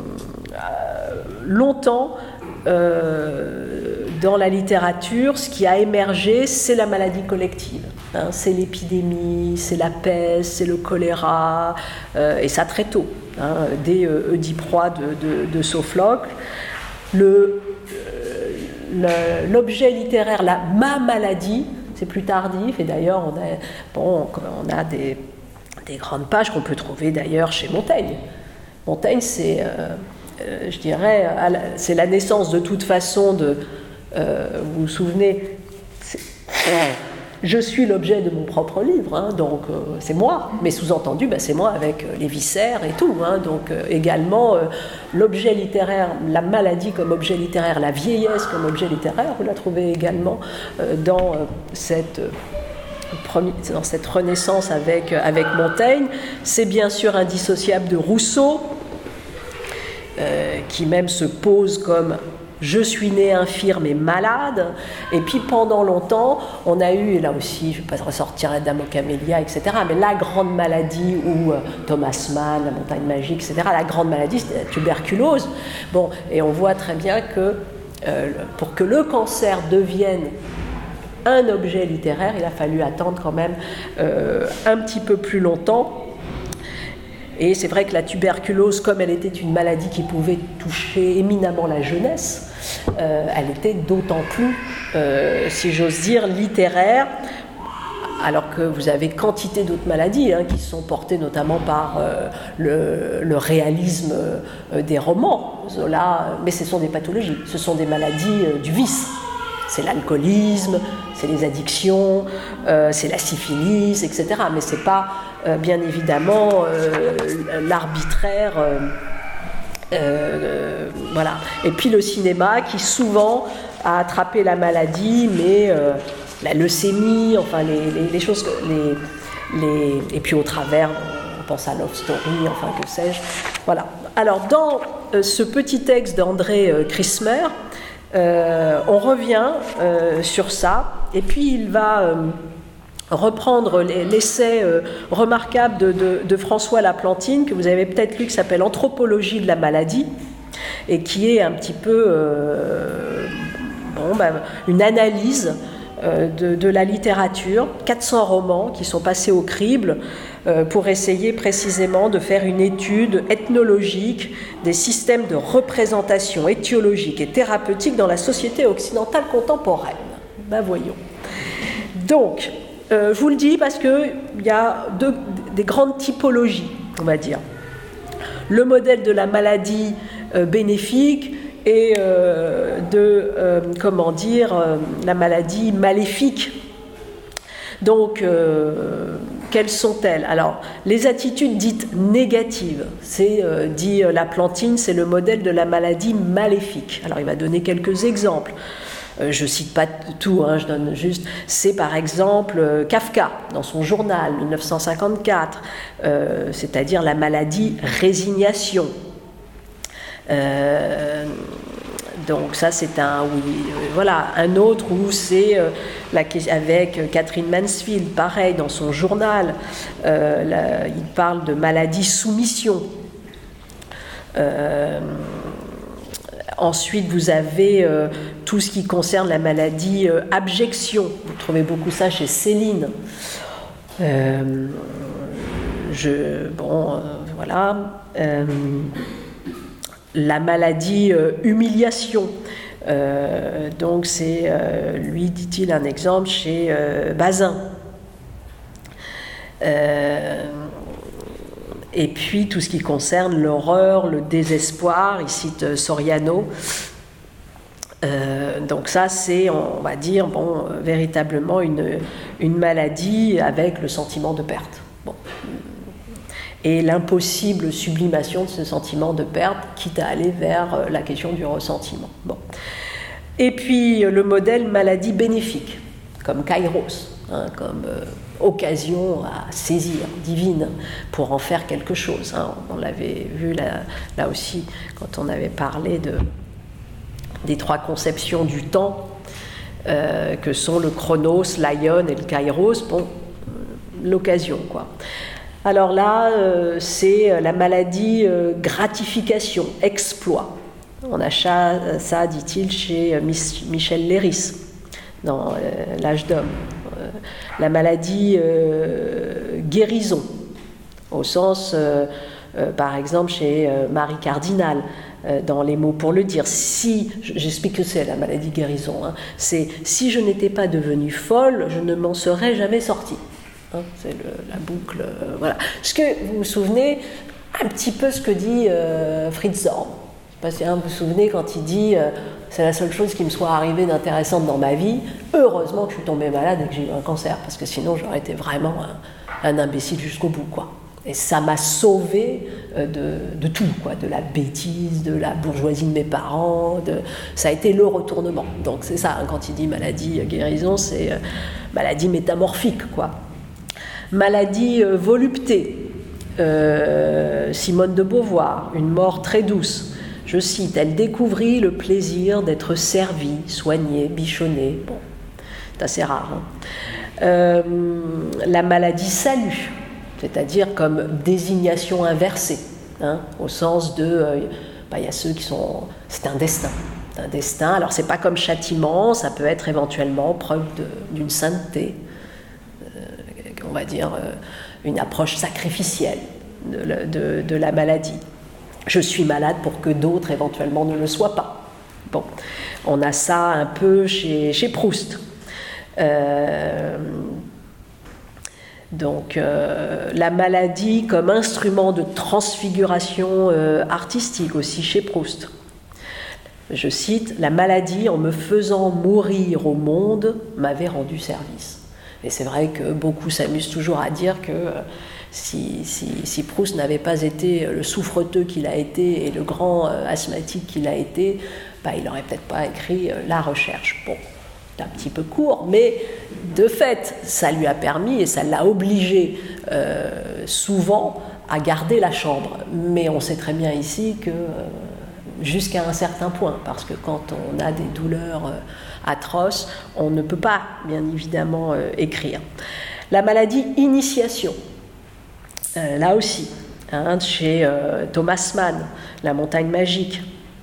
longtemps euh, dans la littérature ce qui a émergé c'est la maladie collective, hein, c'est l'épidémie, c'est la peste, c'est le choléra, euh, et ça très tôt, hein, dès euh, Oedipe-Roi de, de, de Sophocle. Le, euh, l'objet littéraire, la ma maladie, c'est plus tardif, et d'ailleurs on a, bon, on a des, des grandes pages qu'on peut trouver d'ailleurs chez Montaigne. Montaigne, c'est, euh, euh, je dirais, c'est la naissance de toute façon de, euh, vous vous souvenez, je suis l'objet de mon propre livre, hein, donc euh, c'est moi, mais sous-entendu, bah, c'est moi avec euh, les viscères et tout, hein, donc euh, également euh, l'objet littéraire, la maladie comme objet littéraire, la vieillesse comme objet littéraire, vous la trouvez également euh, dans, euh, cette, euh, premier, dans cette renaissance avec, euh, avec Montaigne. C'est bien sûr indissociable de Rousseau, euh, qui même se pose comme je suis né infirme et malade, et puis pendant longtemps, on a eu, et là aussi, je ne vais pas ressortir la Dame aux camélias, et cetera, mais la grande maladie où euh, Thomas Mann, la montagne magique, et cetera, la grande maladie, c'était la tuberculose. Bon, et on voit très bien que euh, pour que le cancer devienne un objet littéraire, il a fallu attendre quand même euh, un petit peu plus longtemps. Et c'est vrai que la tuberculose, comme elle était une maladie qui pouvait toucher éminemment la jeunesse, euh, elle était d'autant plus, euh, si j'ose dire, littéraire, alors que vous avez quantité d'autres maladies hein, qui sont portées notamment par euh, le, le réalisme euh, des romans. Zola, mais ce sont des pathologies, ce sont des maladies euh, du vice. C'est l'alcoolisme, c'est les addictions, euh, c'est la syphilis, et cetera. Mais ce n'est pas, euh, bien évidemment, euh, l'arbitraire. Euh, euh, voilà. Et puis le cinéma qui souvent a attrapé la maladie, mais euh, la leucémie, enfin les, les, les choses, les, les, et puis au travers, on pense à Love Story, enfin que sais-je. Voilà. Alors dans euh, ce petit texte d'André euh, Christmer, Euh, on revient euh, sur ça, et puis il va euh, reprendre l'essai euh, remarquable de, de, de François Laplantine, que vous avez peut-être lu, qui s'appelle Anthropologie de la maladie, et qui est un petit peu euh, bon, bah, une analyse euh, de, de la littérature, quatre cents romans qui sont passés au crible, euh, pour essayer précisément de faire une étude ethnologique des systèmes de représentation étiologique et thérapeutique dans la société occidentale contemporaine. Ben voyons. Donc, euh, je vous le dis parce qu'il y a deux, des grandes typologies, on va dire. Le modèle de la maladie euh, bénéfique et euh, de, euh, comment dire, euh, la maladie maléfique. Donc, euh, quelles sont-elles? Alors, les attitudes dites négatives, c'est, euh, dit Laplantine, c'est le modèle de la maladie maléfique. Alors, il va donner quelques exemples. Euh, je ne cite pas tout, hein, je donne juste. C'est par exemple euh, Kafka, dans son journal, mille neuf cent cinquante-quatre, euh, c'est-à-dire la maladie résignation. Euh, Donc ça c'est un oui, euh, voilà un autre où c'est euh, la, avec Catherine Mansfield, pareil dans son journal, euh, la, il parle de maladie soumission. Euh, ensuite vous avez euh, tout ce qui concerne la maladie euh, abjection. Vous trouvez beaucoup ça chez Céline. Euh, je bon euh, voilà. Euh, La maladie euh, humiliation, euh, donc c'est, euh, lui dit-il, un exemple chez euh, Bazin. Euh, et puis tout ce qui concerne l'horreur, le désespoir, il cite euh, Soriano. Euh, donc ça, c'est, on va dire, bon, euh, véritablement une, une maladie avec le sentiment de perte. Bon. Et l'impossible sublimation de ce sentiment de perte, quitte à aller vers euh, la question du ressentiment. Bon. Et puis euh, le modèle maladie bénéfique, comme kairos, hein, comme euh, occasion à saisir, divine, pour en faire quelque chose. Hein. On l'avait vu là, là aussi quand on avait parlé de... des trois conceptions du temps, euh, que sont le chronos, l'aion et le kairos, bon, l'occasion, quoi. Alors là, euh, c'est la maladie euh, gratification, exploit. On a ça, ça dit-il, chez Mich- Michel Léris, dans euh, L'âge d'homme. Euh, la maladie euh, guérison, au sens, euh, euh, par exemple, chez euh, Marie Cardinal, dans les mots pour le dire. Si, j'explique que c'est la maladie guérison, hein, c'est si je n'étais pas devenue folle, je ne m'en serais jamais sortie. Hein, c'est le, la boucle, euh, voilà. Est-ce que vous vous souvenez un petit peu ce que dit euh, Fritz Zorn? Je ne sais pas si hein, vous vous souvenez quand il dit euh, c'est la seule chose qui me soit arrivée d'intéressante dans ma vie. Heureusement que je suis tombée malade et que j'ai eu un cancer, parce que sinon j'aurais été vraiment un, un imbécile jusqu'au bout, quoi. Et ça m'a sauvée de, de tout, quoi, de la bêtise, de la bourgeoisie de mes parents. De... Ça a été le retournement. Donc c'est ça, hein, quand il dit maladie euh, guérison, c'est euh, maladie métamorphique, quoi. Maladie euh, volupté. Euh, Simone de Beauvoir, une mort très douce. Je cite, elle découvrit le plaisir d'être servie, soignée, bichonnée. Bon, c'est assez rare. Hein. Euh, la maladie salut. C'est-à-dire comme désignation inversée, hein, au sens de, euh, bah, y a ceux qui sont, c'est un destin, c'est un destin. Alors c'est pas comme châtiment, ça peut être éventuellement preuve de, d'une sainteté, euh, on va dire euh, une approche sacrificielle de, de, de la maladie. Je suis malade pour que d'autres éventuellement ne le soient pas. Bon, on a ça un peu chez, chez Proust. Euh, Donc euh, la maladie comme instrument de transfiguration euh, artistique aussi chez Proust. Je cite, « La maladie, en me faisant mourir au monde, m'avait rendu service. » Et c'est vrai que beaucoup s'amusent toujours à dire que euh, si, si, si Proust n'avait pas été le souffreteux qu'il a été et le grand euh, asthmatique qu'il a été, bah, il n'aurait peut-être pas écrit euh, La Recherche. Bon. C'est un petit peu court, mais de fait, ça lui a permis et ça l'a obligé euh, souvent à garder la chambre. Mais on sait très bien ici que euh, jusqu'à un certain point, parce que quand on a des douleurs euh, atroces, on ne peut pas, bien évidemment, euh, écrire. La maladie initiation, euh, là aussi, hein, chez euh, Thomas Mann, La montagne magique.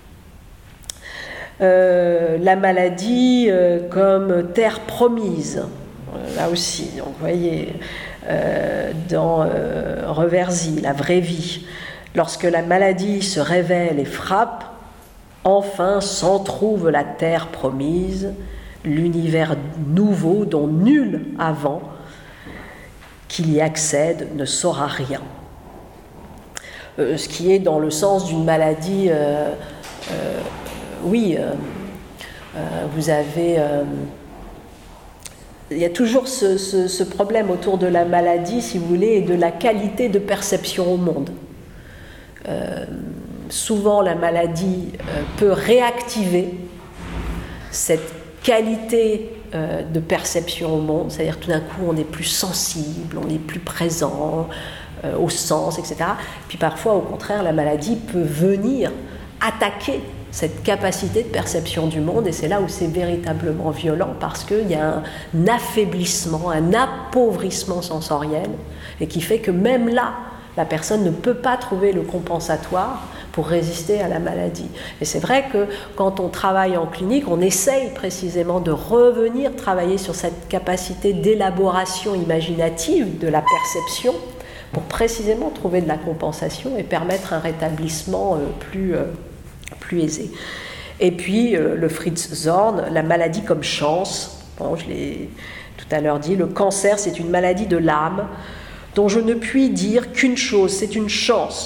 Euh, la maladie euh, comme terre promise, là aussi, donc vous voyez, euh, dans euh, Reversy, La vraie vie, lorsque la maladie se révèle et frappe, enfin s'en trouve la terre promise, l'univers nouveau dont nul avant qu'il y accède ne saura rien. Euh, ce qui est dans le sens d'une maladie... Euh, euh, Oui, euh, euh, vous avez... Euh, il y a toujours ce, ce, ce problème autour de la maladie, si vous voulez, et de la qualité de perception au monde. Euh, souvent, la maladie euh, peut réactiver cette qualité euh, de perception au monde, c'est-à-dire tout d'un coup, on est plus sensible, on est plus présent euh, au sens, et cetera. Puis parfois, au contraire, la maladie peut venir attaquer cette capacité de perception du monde, et c'est là où c'est véritablement violent, parce qu'il y a un affaiblissement, un appauvrissement sensoriel, et qui fait que même là, la personne ne peut pas trouver le compensatoire pour résister à la maladie. Et c'est vrai que quand on travaille en clinique, on essaye précisément de revenir travailler sur cette capacité d'élaboration imaginative de la perception, pour précisément trouver de la compensation et permettre un rétablissement euh, plus... Euh, plus aisé. Et puis euh, le Fritz Zorn, la maladie comme chance. Bon, je l'ai tout à l'heure dit, le cancer, c'est une maladie de l'âme dont je ne puis dire qu'une chose, c'est une chance.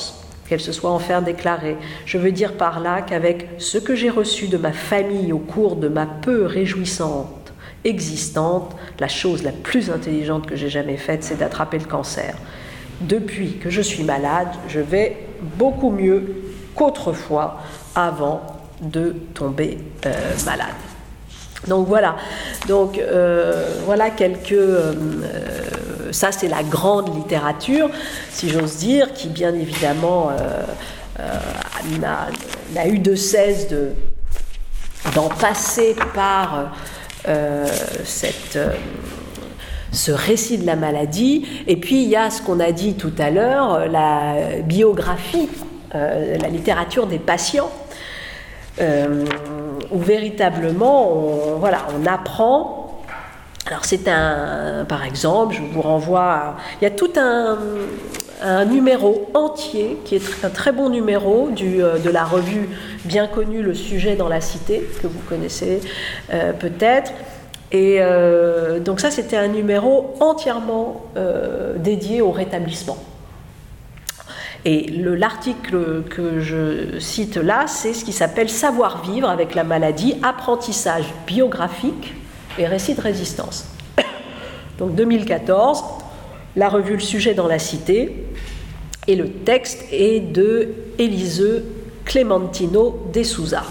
qu'elle se soit enfin déclarée. Je veux dire par là qu'avec ce que j'ai reçu de ma famille au cours de ma peu réjouissante existante, la chose la plus intelligente que j'ai jamais faite, c'est d'attraper le cancer. Depuis que je suis malade, je vais beaucoup mieux qu'autrefois, avant de tomber euh, malade. Donc voilà, donc euh, voilà quelques, euh, ça c'est la grande littérature, si j'ose dire, qui bien évidemment euh, euh, n'a, n'a eu de cesse de, d'en passer par euh, cette, euh, ce récit de la maladie. Et puis il y a ce qu'on a dit tout à l'heure, la biographie, euh, la littérature des patients. Euh, où véritablement on, voilà, on apprend. Alors c'est un, par exemple, je vous renvoie à, il y a tout un, un numéro entier qui est un très bon numéro du, de la revue bien connue Le Sujet dans la Cité, que vous connaissez euh, peut-être. Et euh, donc ça c'était un numéro entièrement euh, dédié au rétablissement. Et le, l'article que je cite là, c'est ce qui s'appelle « Savoir vivre avec la maladie, apprentissage biographique et récit de résistance ». Donc deux mille quatorze, la revue Le Sujet dans la Cité, et le texte est de Élise Clementino de Souza.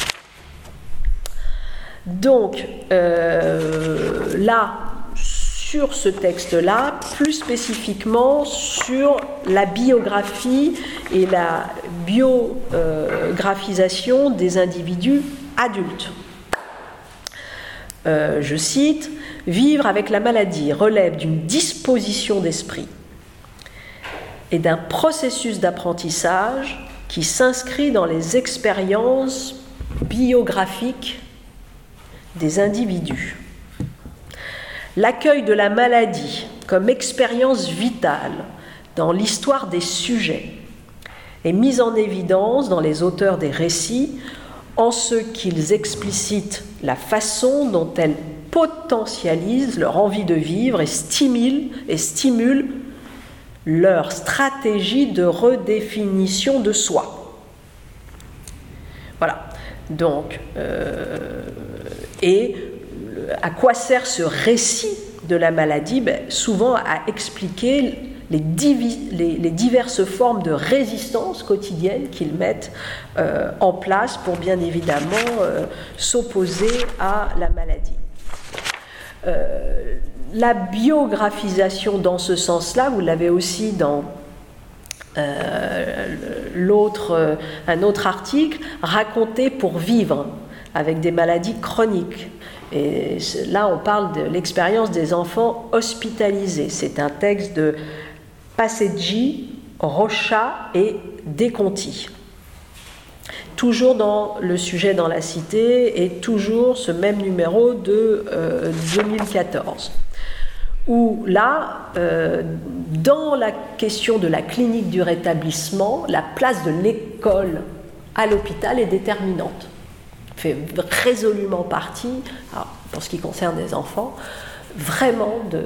Donc euh, là, sur ce texte-là, plus spécifiquement sur la biographie et la biographisation des individus adultes. Euh, je cite, « Vivre avec la maladie relève d'une disposition d'esprit et d'un processus d'apprentissage qui s'inscrit dans les expériences biographiques des individus. L'accueil de la maladie comme expérience vitale dans l'histoire des sujets est mis en évidence dans les auteurs des récits en ce qu'ils explicitent la façon dont elles potentialisent leur envie de vivre et stimulent, et stimulent leur stratégie de redéfinition de soi. » Voilà. Donc, euh, et à quoi sert ce récit de la maladie? Ben, souvent à expliquer les, divi- les, les diverses formes de résistance quotidienne qu'ils mettent euh, en place pour bien évidemment euh, s'opposer à la maladie. Euh, la biographisation dans ce sens-là, vous l'avez aussi dans euh, l'autre, euh, un autre article, Raconter pour vivre avec des maladies chroniques. Et là, on parle de l'expérience des enfants hospitalisés. C'est un texte de Passeggi, Rocha et Desconti. Toujours dans Le Sujet dans la Cité et toujours ce même numéro de euh, deux mille quatorze. Où là, euh, dans la question de la clinique du rétablissement, la place de l'école à l'hôpital est déterminante. Fait résolument partie, alors, pour ce qui concerne les enfants, vraiment de,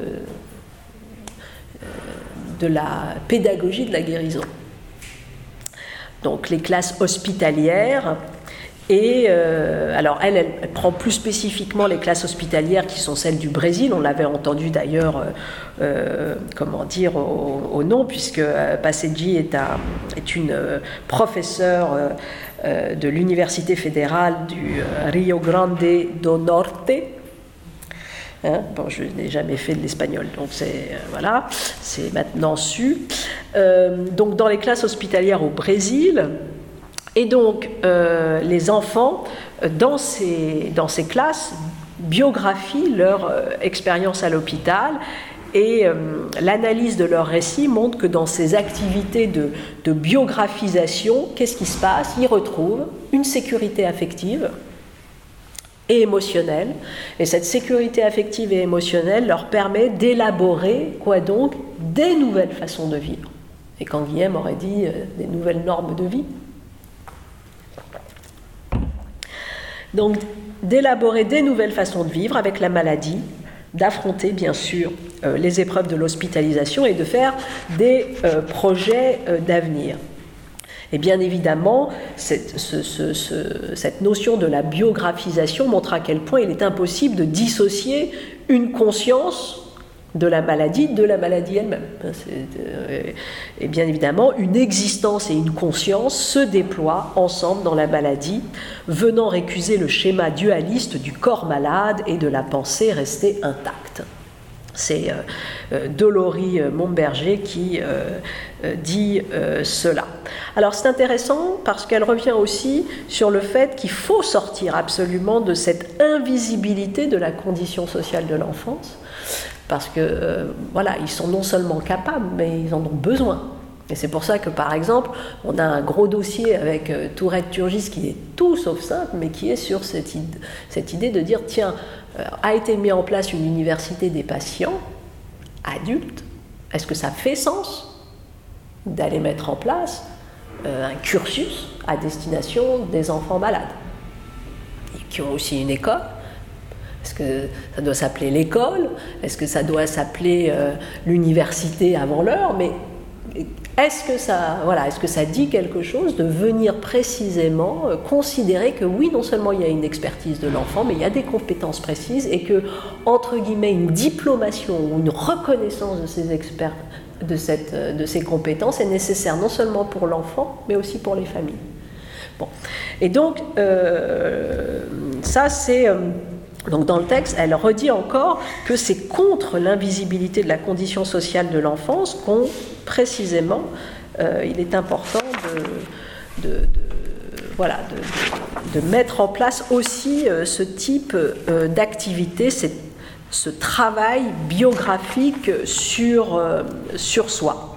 de la pédagogie de la guérison. Donc les classes hospitalières, et euh, alors elle, elle, elle prend plus spécifiquement les classes hospitalières qui sont celles du Brésil, on l'avait entendu d'ailleurs, euh, euh, comment dire, au, au nom, puisque euh, Passeggi est, un, est une euh, professeure euh, euh, de l'Université fédérale du euh, Rio Grande do Norte. Hein, bon, je n'ai jamais fait de l'espagnol, donc c'est, euh, voilà, c'est maintenant su. Euh, donc dans les classes hospitalières au Brésil, et donc euh, les enfants, dans ces, dans ces classes, biographient leur euh, expérience à l'hôpital, et euh, l'analyse de leur récit montre que dans ces activités de, de biographisation, qu'est-ce qui se passe? Ils retrouvent une sécurité affective et émotionnelle, et cette sécurité affective et émotionnelle leur permet d'élaborer, quoi donc, des nouvelles façons de vivre. Et quand Guillaume aurait dit euh, des nouvelles normes de vie. Donc, d'élaborer des nouvelles façons de vivre avec la maladie, d'affronter bien sûr euh, les épreuves de l'hospitalisation et de faire des euh, projets euh, d'avenir. Et bien évidemment, cette, ce, ce, ce, cette notion de la biographisation montre à quel point il est impossible de dissocier une conscience de la maladie de la maladie elle-même. Et bien évidemment, une existence et une conscience se déploient ensemble dans la maladie, venant récuser le schéma dualiste du corps malade et de la pensée restée intacte. C'est euh, euh, Dolory Montberger qui euh, euh, dit euh, cela. Alors c'est intéressant parce qu'elle revient aussi sur le fait qu'il faut sortir absolument de cette invisibilité de la condition sociale de l'enfance, parce que euh, voilà, ils sont non seulement capables, mais ils en ont besoin. Et c'est pour ça que, par exemple, on a un gros dossier avec euh, Tourette-Turgis qui est tout sauf simple, mais qui est sur cette, id- cette idée de dire, tiens, euh, a été mis en place une université des patients adultes. Est-ce que ça fait sens d'aller mettre en place euh, un cursus à destination des enfants malades, et qui ont aussi une école? Est-ce que ça doit s'appeler l'école? Est-ce que ça doit s'appeler euh, l'université avant l'heure? Mais est-ce que ça, voilà, est-ce que ça dit quelque chose de venir précisément euh, considérer que oui, non seulement il y a une expertise de l'enfant, mais il y a des compétences précises et que, entre guillemets, une diplomation ou une reconnaissance de ces experts, de, cette, de ces compétences est nécessaire non seulement pour l'enfant, mais aussi pour les familles. Bon. Et donc, euh, ça c'est... Euh, Donc dans le texte, elle redit encore que c'est contre l'invisibilité de la condition sociale de l'enfance qu'on, précisément, euh, il est important de, de, de, voilà, de, de, de mettre en place aussi euh, ce type euh, d'activité, c'est, ce travail biographique sur, euh, sur soi.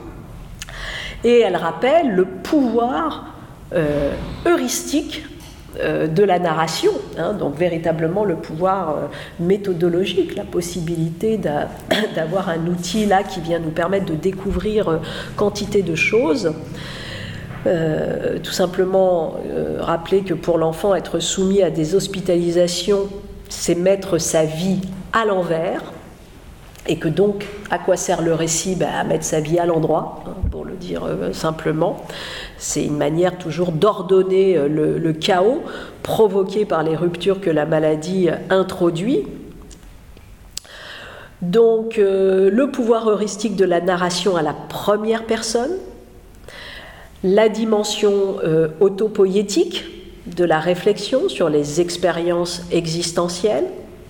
Et elle rappelle le pouvoir euh, heuristique de la narration, hein, donc véritablement le pouvoir euh, méthodologique, la possibilité d'a, d'avoir un outil là qui vient nous permettre de découvrir euh, quantité de choses. Euh, tout simplement euh, rappeler que pour l'enfant, être soumis à des hospitalisations, c'est mettre sa vie à l'envers, et que donc, à quoi sert le récit? Ben, à mettre sa vie à l'endroit, hein, pour le dire euh, simplement. C'est une manière toujours d'ordonner euh, le, le chaos provoqué par les ruptures que la maladie euh, introduit. Donc, euh, le pouvoir heuristique de la narration à la première personne, la dimension euh, autopoïétique de la réflexion sur les expériences existentielles.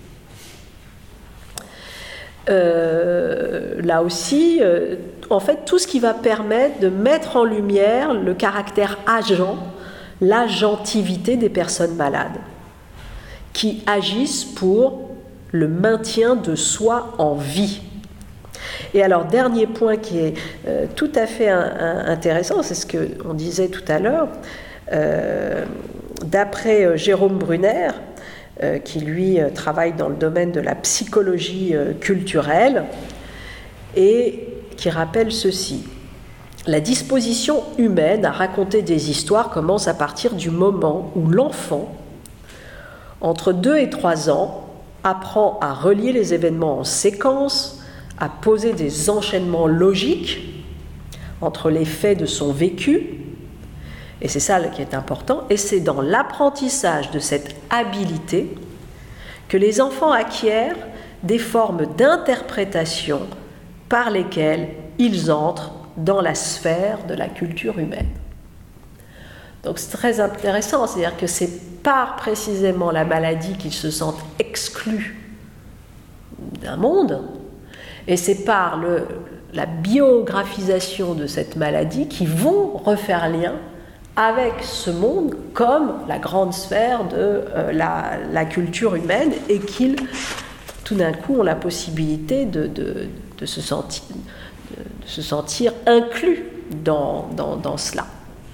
Euh, là aussi, euh, en fait, tout ce qui va permettre de mettre en lumière le caractère agent, l'agentivité des personnes malades, qui agissent pour le maintien de soi en vie. Et alors, dernier point qui est euh, tout à fait un, un, intéressant, c'est ce qu'on disait tout à l'heure, euh, d'après euh, Jérôme Brunner, Euh, qui lui euh, travaille dans le domaine de la psychologie euh, culturelle et qui rappelle ceci. La disposition humaine à raconter des histoires commence à partir du moment où l'enfant, entre deux et trois ans, apprend à relier les événements en séquence, à poser des enchaînements logiques entre les faits de son vécu. Et c'est ça qui est important, et c'est dans l'apprentissage de cette habilité que les enfants acquièrent des formes d'interprétation par lesquelles ils entrent dans la sphère de la culture humaine. Donc c'est très intéressant, c'est-à-dire que c'est par précisément la maladie qu'ils se sentent exclus d'un monde, et c'est par le, la biographisation de cette maladie qu'ils vont refaire lien avec ce monde comme la grande sphère de euh, la, la culture humaine, et qu'ils, tout d'un coup, ont la possibilité de, de, de, se, sentir, de, de se sentir inclus dans, dans, dans cela.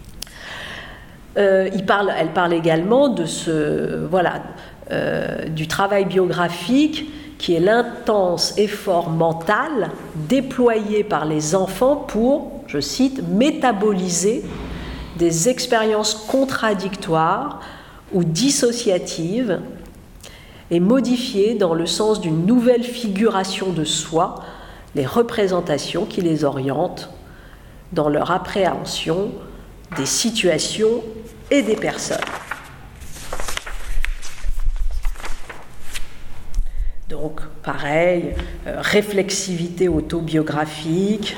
Euh, il parle, elle parle également de ce, voilà, euh, du travail biographique qui est l'intense effort mental déployé par les enfants pour, je cite, métaboliser des expériences contradictoires ou dissociatives et modifier dans le sens d'une nouvelle figuration de soi les représentations qui les orientent dans leur appréhension des situations et des personnes. Donc, pareil, euh, réflexivité autobiographique.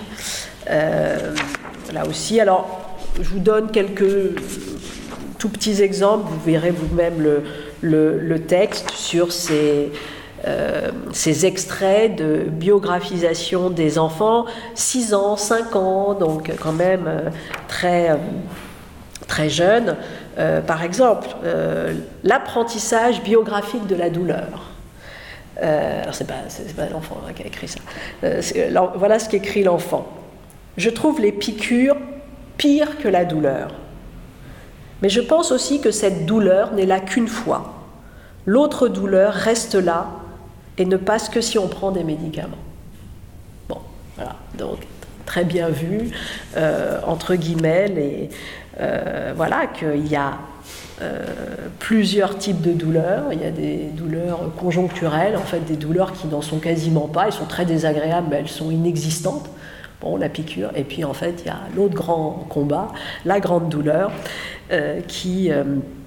Euh, là aussi, alors, je vous donne quelques tout petits exemples. Vous verrez vous-même le, le, le texte sur ces, euh, ces extraits de biographisation des enfants, six ans, cinq ans, donc quand même euh, très, euh, très jeunes. Euh, par exemple, euh, l'apprentissage biographique de la douleur. Euh, alors c'est pas, c'est pas l'enfant hein, qui a écrit ça. Euh, voilà ce qu'écrit l'enfant. Je trouve les piqûres pires que la douleur. Mais je pense aussi que cette douleur n'est là qu'une fois. L'autre douleur reste là et ne passe que si on prend des médicaments. Bon, voilà, donc très bien vu, euh, entre guillemets, et euh, voilà, qu'il y a Euh, plusieurs types de douleurs. Il y a des douleurs conjoncturelles, en fait des douleurs qui n'en sont quasiment pas, elles sont très désagréables mais elles sont inexistantes, bon, la piqûre, et puis en fait il y a l'autre grand combat, la grande douleur euh, qui, euh,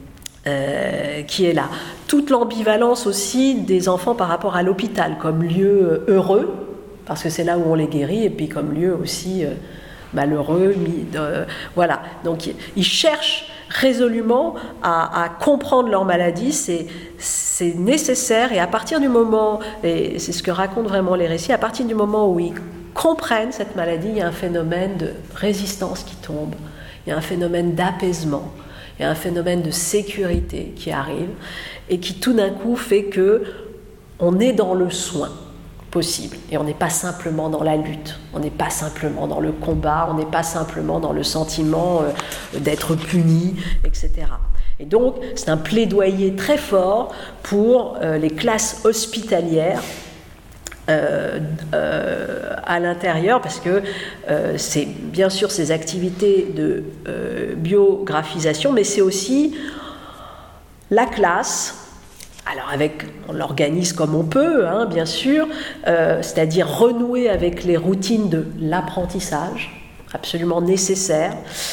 euh, qui est là. Toute l'ambivalence aussi des enfants par rapport à l'hôpital comme lieu heureux, parce que c'est là où on les guérit, et puis comme lieu aussi euh, malheureux, euh, voilà, donc ils cherchent résolument à, à comprendre leur maladie, c'est, c'est nécessaire, et à partir du moment, et c'est ce que racontent vraiment les récits, à partir du moment où ils comprennent cette maladie, il y a un phénomène de résistance qui tombe, il y a un phénomène d'apaisement, il y a un phénomène de sécurité qui arrive, et qui tout d'un coup fait que on est dans le soin possible, et on n'est pas simplement dans la lutte, on n'est pas simplement dans le combat, on n'est pas simplement dans le sentiment euh, d'être puni, et cetera. Et donc, c'est un plaidoyer très fort pour euh, les classes hospitalières euh, euh, à l'intérieur, parce que euh, c'est bien sûr ces activités de euh, biographisation, mais c'est aussi la classe. Alors avec, on l'organise comme on peut, hein, bien sûr, euh, c'est-à-dire renouer avec les routines de l'apprentissage, absolument nécessaire,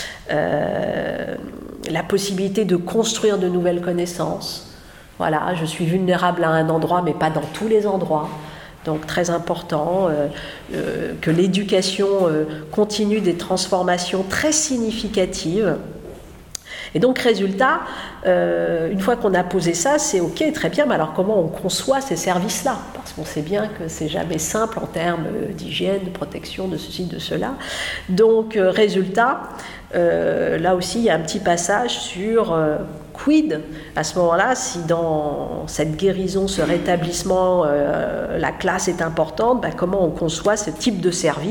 euh, la possibilité de construire de nouvelles connaissances. Voilà, je suis vulnérable à un endroit, mais pas dans tous les endroits. Donc très important euh, euh, que l'éducation euh, continue des transformations très significatives. Et donc, résultat, euh, une fois qu'on a posé ça, c'est ok, très bien, mais alors comment on conçoit ces services-là ? Parce qu'on sait bien que c'est jamais simple en termes d'hygiène, de protection, de ceci, de cela. Donc, euh, résultat, euh, là aussi, il y a un petit passage sur euh, quid, à ce moment-là, si dans cette guérison, ce rétablissement, euh, la classe est importante, ben, comment on conçoit ce type de service ?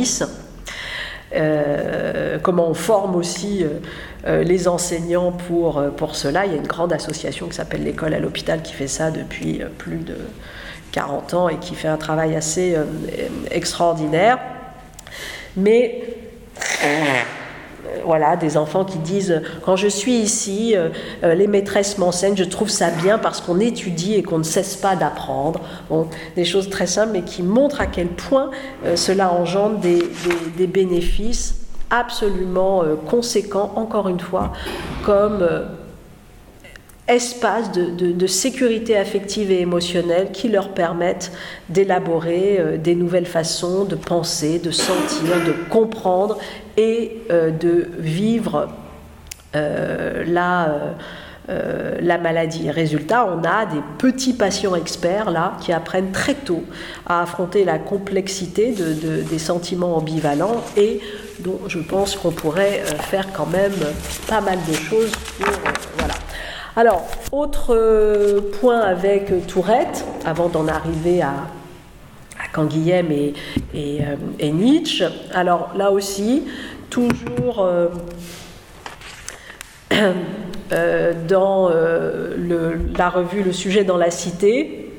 Euh, comment on forme aussi euh, les enseignants pour, pour cela. Il y a une grande association qui s'appelle l'École à l'hôpital qui fait ça depuis plus de quarante ans et qui fait un travail assez euh, extraordinaire. Mais voilà, des enfants qui disent « Quand je suis ici, euh, les maîtresses m'enseignent, je trouve ça bien parce qu'on étudie et qu'on ne cesse pas d'apprendre. » Bon, des choses très simples, mais qui montrent à quel point euh, cela engendre des, des, des bénéfices absolument euh, conséquents, encore une fois, comme euh, espace de, de, de sécurité affective et émotionnelle qui leur permettent d'élaborer euh, des nouvelles façons de penser, de sentir, de comprendre et euh, de vivre euh, la, euh, euh, la maladie. Résultat, on a des petits patients experts là qui apprennent très tôt à affronter la complexité de, de, des sentiments ambivalents et dont je pense qu'on pourrait euh, faire quand même pas mal de choses pour euh, voilà. Alors, autre euh, point avec Tourette, avant d'en arriver à à Canguilhem et, et, euh, et Nietzsche. Alors là aussi, toujours euh, euh, dans euh, le, la revue Le Sujet dans la Cité,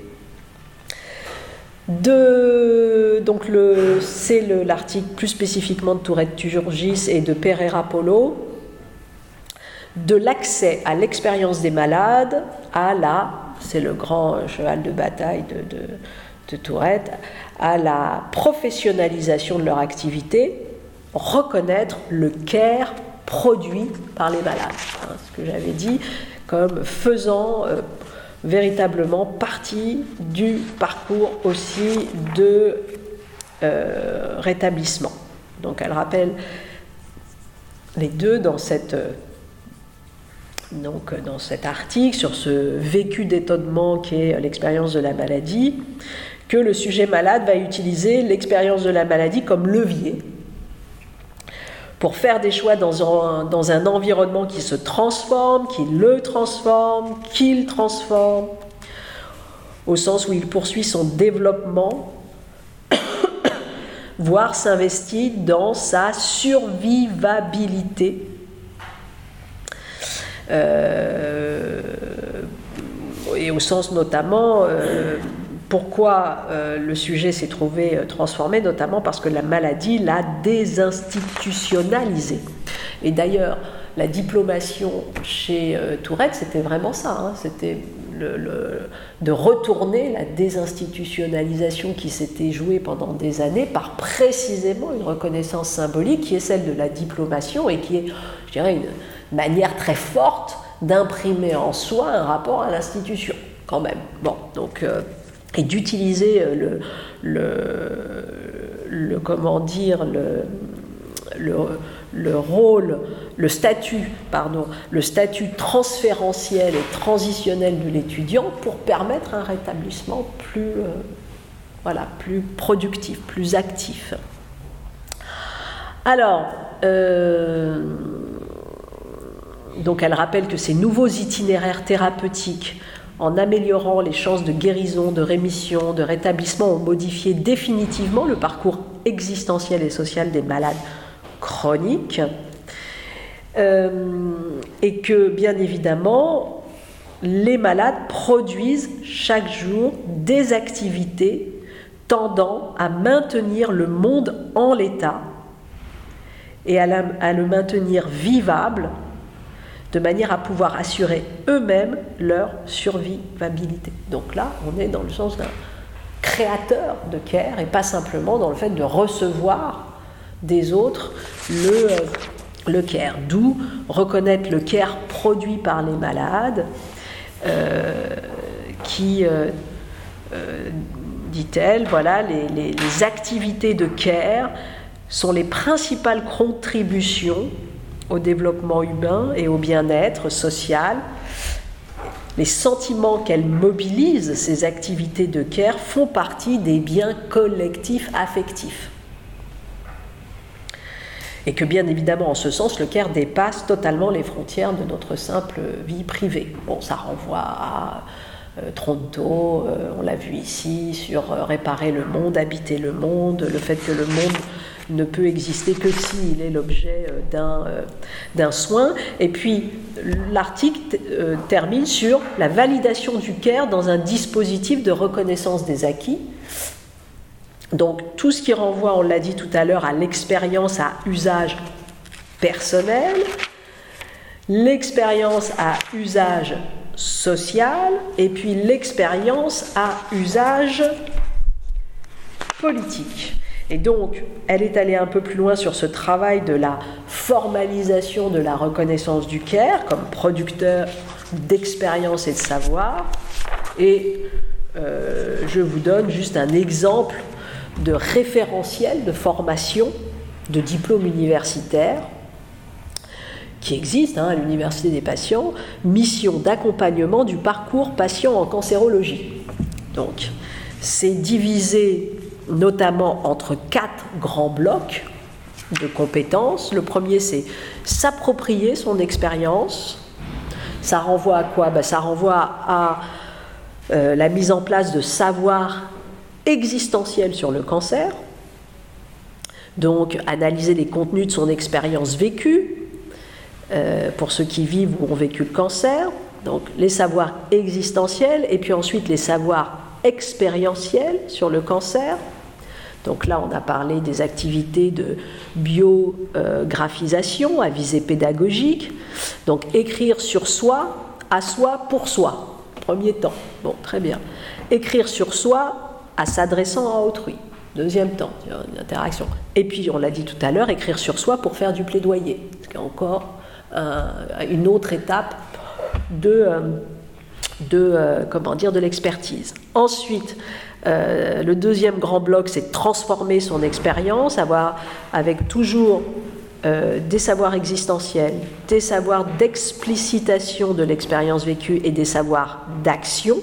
de, donc le, c'est le, l'article plus spécifiquement de Tourette-Turgis et de Pereira-Polo, de l'accès à l'expérience des malades à la, c'est le grand cheval de bataille de, de de Tourette, à la professionnalisation de leur activité, reconnaître le care produit par les malades. Hein, ce que j'avais dit, comme faisant euh, véritablement partie du parcours aussi de euh, rétablissement. Donc elle rappelle les deux dans, cette, donc, dans cet article sur ce vécu d'étonnement qu'est l'expérience de la maladie, que le sujet malade va utiliser l'expérience de la maladie comme levier pour faire des choix dans un, dans un environnement qui se transforme, qui le transforme, qui le transforme, au sens où il poursuit son développement, voire s'investit dans sa survivabilité. Euh, et au sens notamment, euh, pourquoi euh, le sujet s'est trouvé euh, transformé, notamment parce que la maladie l'a désinstitutionnalisé. Et d'ailleurs, la diplomation chez euh, Tourette, c'était vraiment ça, hein, c'était le, le, de retourner la désinstitutionnalisation qui s'était jouée pendant des années par précisément une reconnaissance symbolique qui est celle de la diplomation et qui est, je dirais, une manière très forte d'imprimer en soi un rapport à l'institution, quand même. Bon, donc... Euh, et d'utiliser le, le, le comment dire, le, le, le rôle, le statut, pardon, le statut transférentiel et transitionnel de l'étudiant pour permettre un rétablissement plus, euh, voilà, plus productif, plus actif. Alors, euh, donc elle rappelle que ces nouveaux itinéraires thérapeutiques, en améliorant les chances de guérison, de rémission, de rétablissement, ont modifié définitivement le parcours existentiel et social des malades chroniques, euh, et que, bien évidemment, les malades produisent chaque jour des activités tendant à maintenir le monde en l'état et à, la, à le maintenir vivable, de manière à pouvoir assurer eux-mêmes leur survivabilité. Donc là, on est dans le sens d'un créateur de care et pas simplement dans le fait de recevoir des autres le, le care. D'où reconnaître le care produit par les malades, euh, qui, euh, euh, dit-elle, voilà, les, les, les activités de care sont les principales contributions au développement humain et au bien-être social. Les sentiments qu'elles mobilisent, ces activités de care, font partie des biens collectifs affectifs. Et que bien évidemment, en ce sens, le care dépasse totalement les frontières de notre simple vie privée. Bon, ça renvoie à euh, Tronto, euh, on l'a vu ici, sur euh, réparer le monde, habiter le monde, le fait que le monde ne peut exister que s'il est l'objet d'un, euh, d'un soin. Et puis, l'article t- euh, termine sur la validation du care dans un dispositif de reconnaissance des acquis. Donc, tout ce qui renvoie, on l'a dit tout à l'heure, à l'expérience à usage personnel, l'expérience à usage social, et puis l'expérience à usage politique. Et donc, elle est allée un peu plus loin sur ce travail de la formalisation de la reconnaissance du care comme producteur d'expérience et de savoir. Et euh, je vous donne juste un exemple de référentiel de formation de diplôme universitaire qui existe hein, à l'Université des patients, mission d'accompagnement du parcours patient en cancérologie. Donc, c'est divisé notamment entre quatre grands blocs de compétences. Le premier, c'est s'approprier son expérience. Ça renvoie à quoi ? Ben, ça renvoie à euh, la mise en place de savoirs existentiels sur le cancer. Donc, analyser les contenus de son expérience vécue, euh, pour ceux qui vivent ou ont vécu le cancer. Donc, les savoirs existentiels, et puis ensuite les savoirs expérientiels sur le cancer. Donc là, on a parlé des activités de biographisation à visée pédagogique. Donc écrire sur soi, à soi, pour soi. Premier temps. Bon, très bien. Écrire sur soi à s'adressant à autrui. Deuxième temps, une interaction. Et puis, on l'a dit tout à l'heure, écrire sur soi pour faire du plaidoyer. C'est qu'il y a encore euh, une autre étape de, euh, de, euh, comment dire, de l'expertise. Ensuite, euh, le deuxième grand bloc, c'est de transformer son expérience, avoir avec toujours euh, des savoirs existentiels, des savoirs d'explicitation de l'expérience vécue et des savoirs d'action.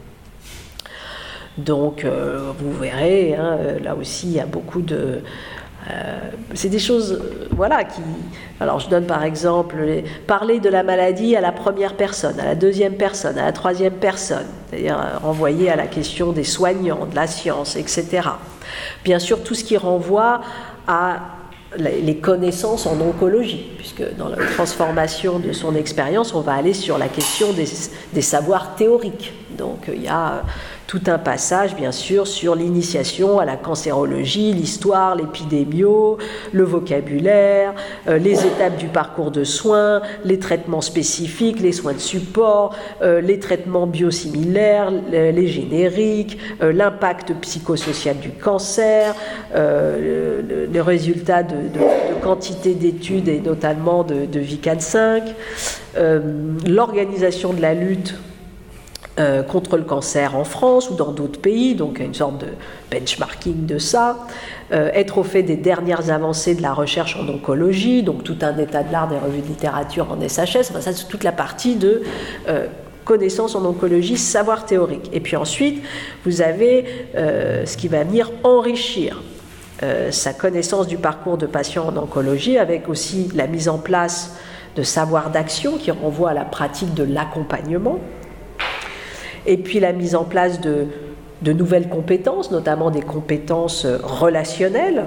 Donc, euh, vous verrez, hein, là aussi, il y a beaucoup de... Euh, c'est des choses, euh, voilà, qui... Alors, je donne par exemple, les, parler de la maladie à la première personne, à la deuxième personne, à la troisième personne, c'est-à-dire euh, renvoyer à la question des soignants, de la science, et cetera. Bien sûr, tout ce qui renvoie à les connaissances en oncologie, puisque dans la transformation de son expérience, on va aller sur la question des, des savoirs théoriques. Donc, il y a tout un passage, bien sûr, sur l'initiation à la cancérologie, l'histoire, l'épidémio, le vocabulaire, euh, les étapes du parcours de soins, les traitements spécifiques, les soins de support, euh, les traitements biosimilaires, les, les génériques, euh, l'impact psychosocial du cancer, euh, le, le résultat de, de, de quantité d'études et notamment de, de V I C A D cinq, euh, l'organisation de la lutte Euh, contre le cancer en France ou dans d'autres pays, donc une sorte de benchmarking de ça, euh, être au fait des dernières avancées de la recherche en oncologie, donc tout un état de l'art des revues de littérature en S H S, enfin, ça c'est toute la partie de euh, connaissances en oncologie, savoir théorique. Et puis ensuite, vous avez euh, ce qui va venir enrichir euh, sa connaissance du parcours de patient en oncologie, avec aussi la mise en place de savoirs d'action qui renvoient à la pratique de l'accompagnement, et puis la mise en place de, de nouvelles compétences, notamment des compétences relationnelles.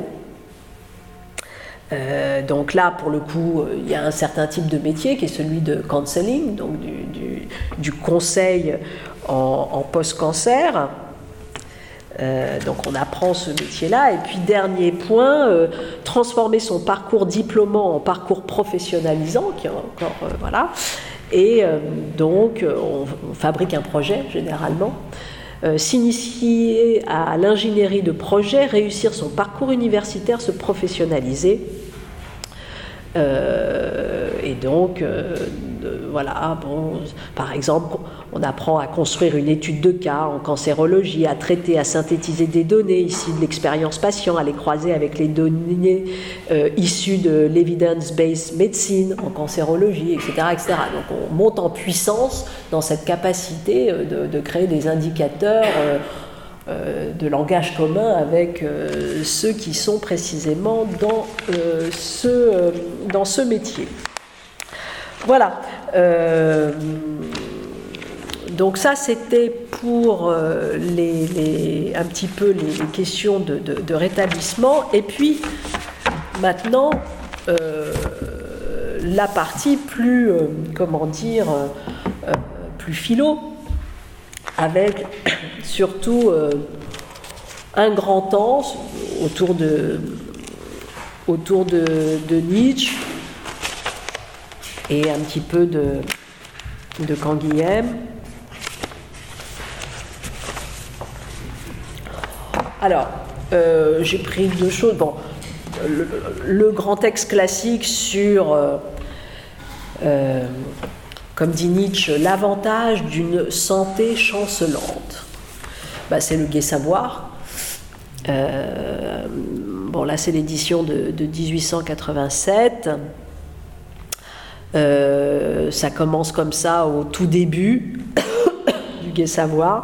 Euh, donc là, pour le coup, il y a un certain type de métier qui est celui de counseling, donc du, du, du conseil en, en post-cancer. Euh, donc on apprend ce métier-là. Et puis dernier point, euh, transformer son parcours diplômant en parcours professionnalisant, qui est encore, euh, voilà. Et euh, donc, on, on fabrique un projet, généralement, euh, s'initier à l'ingénierie de projet, réussir son parcours universitaire, se professionnaliser. Euh, et donc, euh, de, voilà, bon, par exemple, on apprend à construire une étude de cas en cancérologie, à traiter, à synthétiser des données ici de l'expérience patient, à les croiser avec les données euh, issues de l'evidence-based medicine en cancérologie, et cetera, et cetera. Donc, on monte en puissance dans cette capacité de, de créer des indicateurs euh, Euh, de langage commun avec euh, ceux qui sont précisément dans, euh, ce, euh, dans ce métier. Voilà. Euh, donc ça, c'était pour euh, les, les, un petit peu les, les questions de, de, de rétablissement. Et puis, maintenant, euh, la partie plus, euh, comment dire, euh, plus philo, avec surtout euh, un grand temps autour de, autour de, de Nietzsche et un petit peu de, de Canguilhem. Alors, euh, j'ai pris deux choses. Bon, le, le grand texte classique sur... Euh, euh, Comme dit Nietzsche, l'avantage d'une santé chancelante, ben, c'est le gai savoir. Euh, bon, là, c'est l'édition de, de dix-huit cent quatre-vingt-sept. Euh, ça commence comme ça au tout début du gai savoir.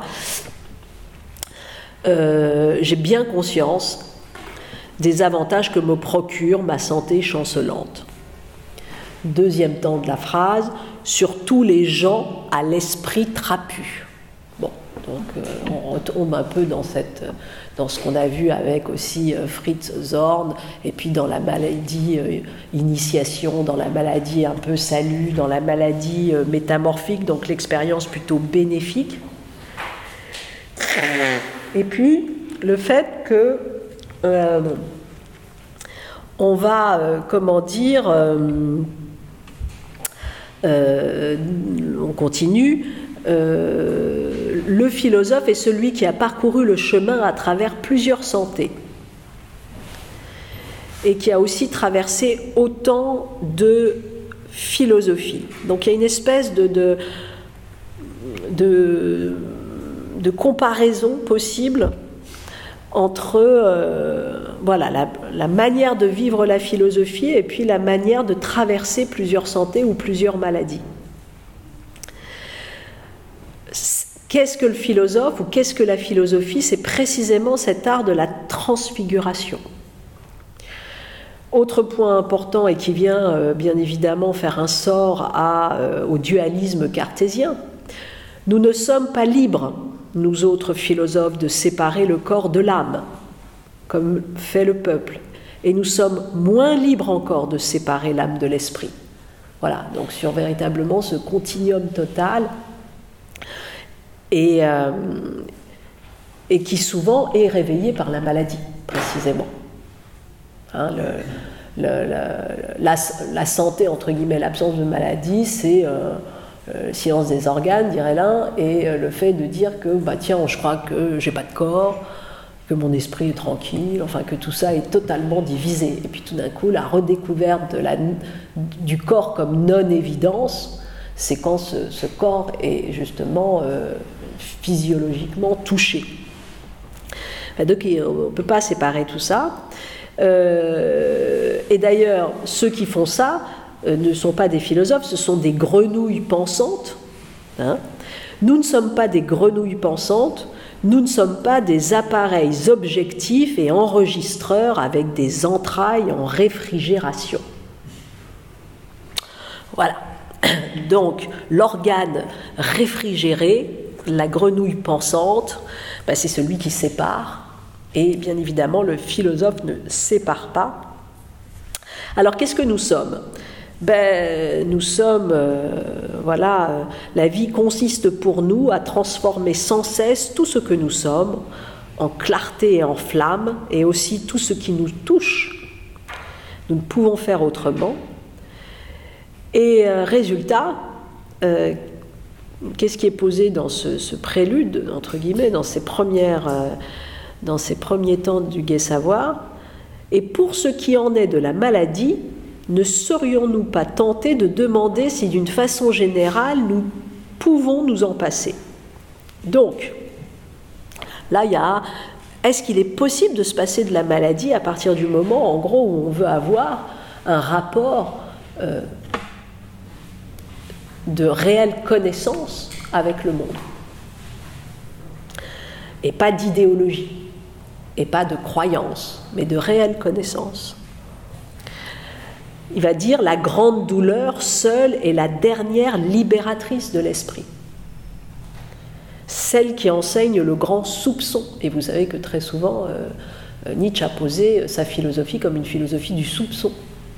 Euh, j'ai bien conscience des avantages que me procure ma santé chancelante. Deuxième temps de la phrase, sur tous les gens à l'esprit trapu. Bon, donc euh, on retombe un peu dans, cette, dans ce qu'on a vu avec aussi euh, Fritz Zorn, et puis dans la maladie euh, initiation, dans la maladie un peu salut, dans la maladie euh, métamorphique, donc l'expérience plutôt bénéfique. Et puis le fait que euh, on va, euh, comment dire, euh, Euh, on continue. Euh, le philosophe est celui qui a parcouru le chemin à travers plusieurs santé. et qui a aussi traversé autant de philosophies. Donc il y a une espèce de, de, de, de comparaison possible entre euh, voilà, la, la manière de vivre la philosophie et puis la manière de traverser plusieurs santé ou plusieurs maladies. Qu'est-ce que le philosophe ou qu'est-ce que la philosophie? C'est précisément cet art de la transfiguration. Autre point important et qui vient euh, bien évidemment faire un sort à, euh, au dualisme cartésien, nous ne sommes pas libres, nous autres philosophes, de séparer le corps de l'âme, comme fait le peuple. Et nous sommes moins libres encore de séparer l'âme de l'esprit. Voilà, donc sur véritablement ce continuum total, et, euh, et qui souvent est réveillé par la maladie, précisément. Hein, le, le, le, la, la santé, entre guillemets, l'absence de maladie, c'est euh, euh, le silence des organes, dirait l'un, et euh, le fait de dire que, bah, tiens, je crois que j'ai pas de corps, que mon esprit est tranquille, enfin que tout ça est totalement divisé. Et puis tout d'un coup, la redécouverte de la, du corps comme non-évidence, c'est quand ce, ce corps est justement euh, physiologiquement touché. Enfin, donc on ne peut pas séparer tout ça. Euh, et d'ailleurs, ceux qui font ça euh, ne sont pas des philosophes, ce sont des grenouilles pensantes. Hein. Nous ne sommes pas des grenouilles pensantes, nous ne sommes pas des appareils objectifs et enregistreurs avec des entrailles en réfrigération. Voilà. Donc, l'organe réfrigéré, la grenouille pensante, ben, c'est celui qui sépare. Et bien évidemment, le philosophe ne sépare pas. Alors, qu'est-ce que nous sommes? Ben, nous sommes, euh, voilà, euh, la vie consiste pour nous à transformer sans cesse tout ce que nous sommes en clarté et en flamme, et aussi tout ce qui nous touche. Nous ne pouvons faire autrement. Et euh, résultat, euh, qu'est-ce qui est posé dans ce, ce prélude, entre guillemets, dans ces premières... Euh, dans ces premiers temps du gai savoir, et pour ce qui en est de la maladie, ne serions-nous pas tentés de demander si d'une façon générale nous pouvons nous en passer? Donc, là il y a, est-ce qu'il est possible de se passer de la maladie à partir du moment, en gros, où on veut avoir un rapport euh, de réelle connaissance avec le monde? Et pas d'idéologie, et pas de croyance, mais de réelle connaissance. Il va dire, la grande douleur seule est la dernière libératrice de l'esprit. Celle qui enseigne le grand soupçon. Et vous savez que très souvent, euh, Nietzsche a posé sa philosophie comme une philosophie du soupçon.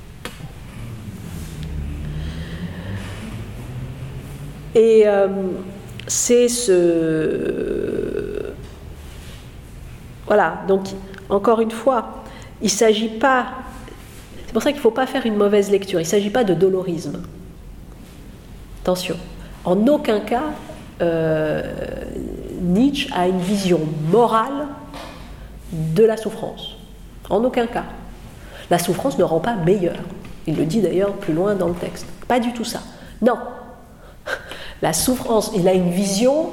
Et euh, c'est ce... Voilà, donc, encore une fois, il ne s'agit pas... C'est pour ça qu'il ne faut pas faire une mauvaise lecture. Il ne s'agit pas de dolorisme. Attention. En aucun cas, euh, Nietzsche a une vision morale de la souffrance. En aucun cas. La souffrance ne rend pas meilleur. Il le dit d'ailleurs plus loin dans le texte. Pas du tout ça. Non. La souffrance, il a une vision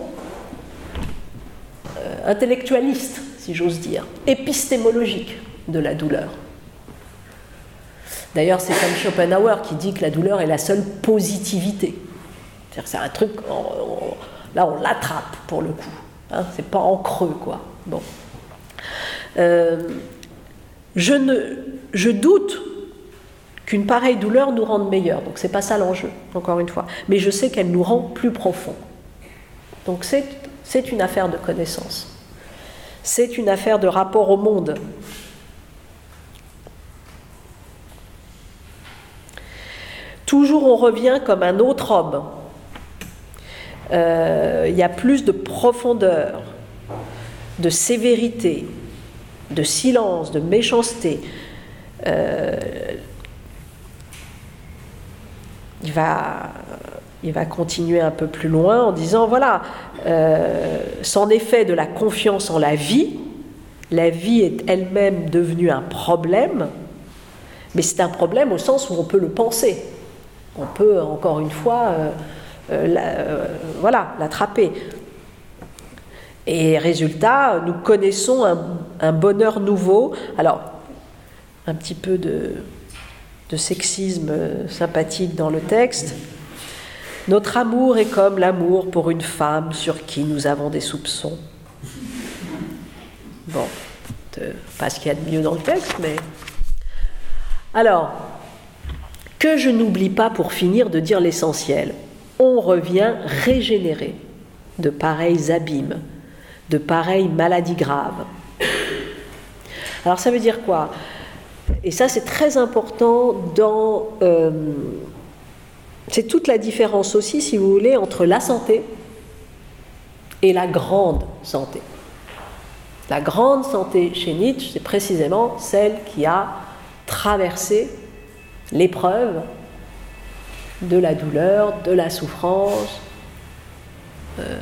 euh, intellectualiste, si j'ose dire, épistémologique de la douleur. D'ailleurs, c'est comme Schopenhauer qui dit que la douleur est la seule positivité. C'est-à-dire, c'est un truc, on, on, là on l'attrape pour le coup. Hein, c'est pas en creux, quoi. Bon. Euh, je, ne, je doute qu'une pareille douleur nous rende meilleurs. Donc c'est pas ça l'enjeu, encore une fois. Mais je sais qu'elle nous rend plus profonds. Donc c'est, c'est une affaire de connaissance. C'est une affaire de rapport au monde. Toujours on revient comme un autre homme. Euh, il y a plus de profondeur, de sévérité, de silence, de méchanceté. Euh, il va, il va continuer un peu plus loin en disant, voilà, euh, c'en est fait de la confiance en la vie, la vie est elle-même devenue un problème, Mais c'est un problème au sens où on peut le penser. On peut, encore une fois, euh, euh, la, euh, voilà, l'attraper. Et résultat, nous connaissons un, un bonheur nouveau. Alors, un petit peu de, de sexisme sympathique dans le texte. Notre amour est comme l'amour pour une femme sur qui nous avons des soupçons. Bon, pas ce qu'il y a de mieux dans le texte, mais... Alors, que je n'oublie pas pour finir de dire l'essentiel. On revient régénéré de pareils abîmes, de pareilles maladies graves. Alors ça veut dire quoi? Et ça c'est très important dans... Euh, c'est toute la différence aussi, si vous voulez, entre la santé et la grande santé. La grande santé chez Nietzsche, c'est précisément celle qui a traversé l'épreuve de la douleur, de la souffrance, euh,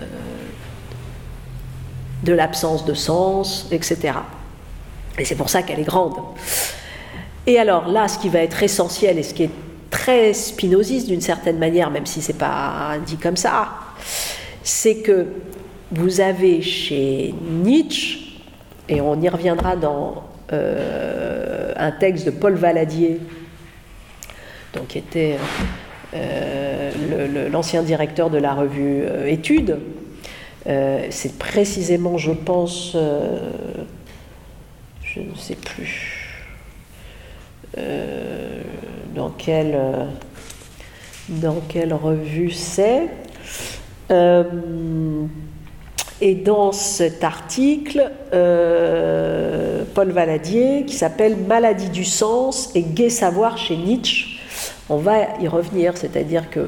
de l'absence de sens, et cetera. Et c'est pour ça qu'elle est grande. Et alors là, ce qui va être essentiel et ce qui est très spinoziste d'une certaine manière, même si ce n'est pas dit comme ça, c'est que vous avez chez Nietzsche, et on y reviendra dans euh, un texte de Paul Valadier, donc qui était euh, le, le, l'ancien directeur de la revue euh, Études. Euh, c'est précisément, je pense, euh, je ne sais plus euh, dans quelle, euh, dans quelle revue c'est. Euh, et dans cet article, euh, Paul Valadier, qui s'appelle « Maladie du sens et gai savoir chez Nietzsche », on va y revenir, c'est-à-dire que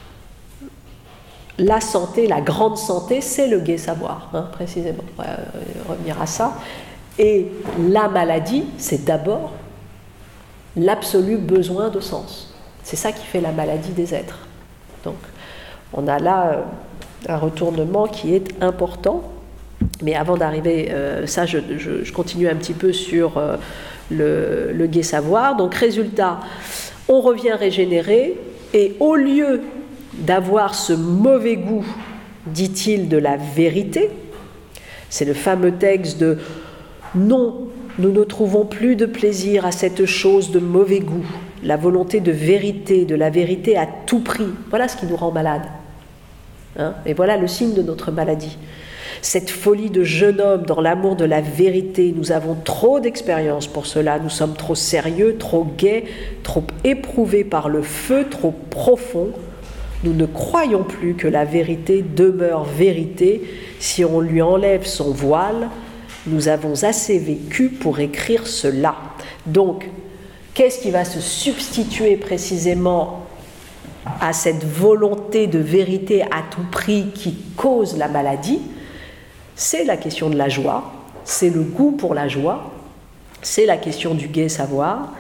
la santé, la grande santé, c'est le gai savoir, hein, précisément. On va revenir à ça. Et la maladie, c'est d'abord l'absolu besoin de sens. C'est ça qui fait la maladie des êtres. Donc, on a là un retournement qui est important. Mais avant d'arriver, euh, ça, je, je, je continue un petit peu sur euh, le, le gai savoir. Donc, résultat, on revient régénéré, et au lieu d'avoir ce mauvais goût, dit-il, de la vérité, c'est le fameux texte de « Non, nous ne trouvons plus de plaisir à cette chose de mauvais goût, la volonté de vérité, de la vérité à tout prix. » Voilà ce qui nous rend malades. Hein, et voilà le signe de notre maladie. Cette folie de jeune homme dans l'amour de la vérité, nous avons trop d'expérience pour cela, nous sommes trop sérieux, trop gais, trop éprouvés par le feu, trop profond. Nous ne croyons plus que la vérité demeure vérité si on lui enlève son voile. Nous avons assez vécu pour écrire cela. Donc, qu'est-ce qui va se substituer précisément à cette volonté de vérité à tout prix qui cause la maladie? C'est la question de la joie, c'est le goût pour la joie, c'est la question du gai savoir.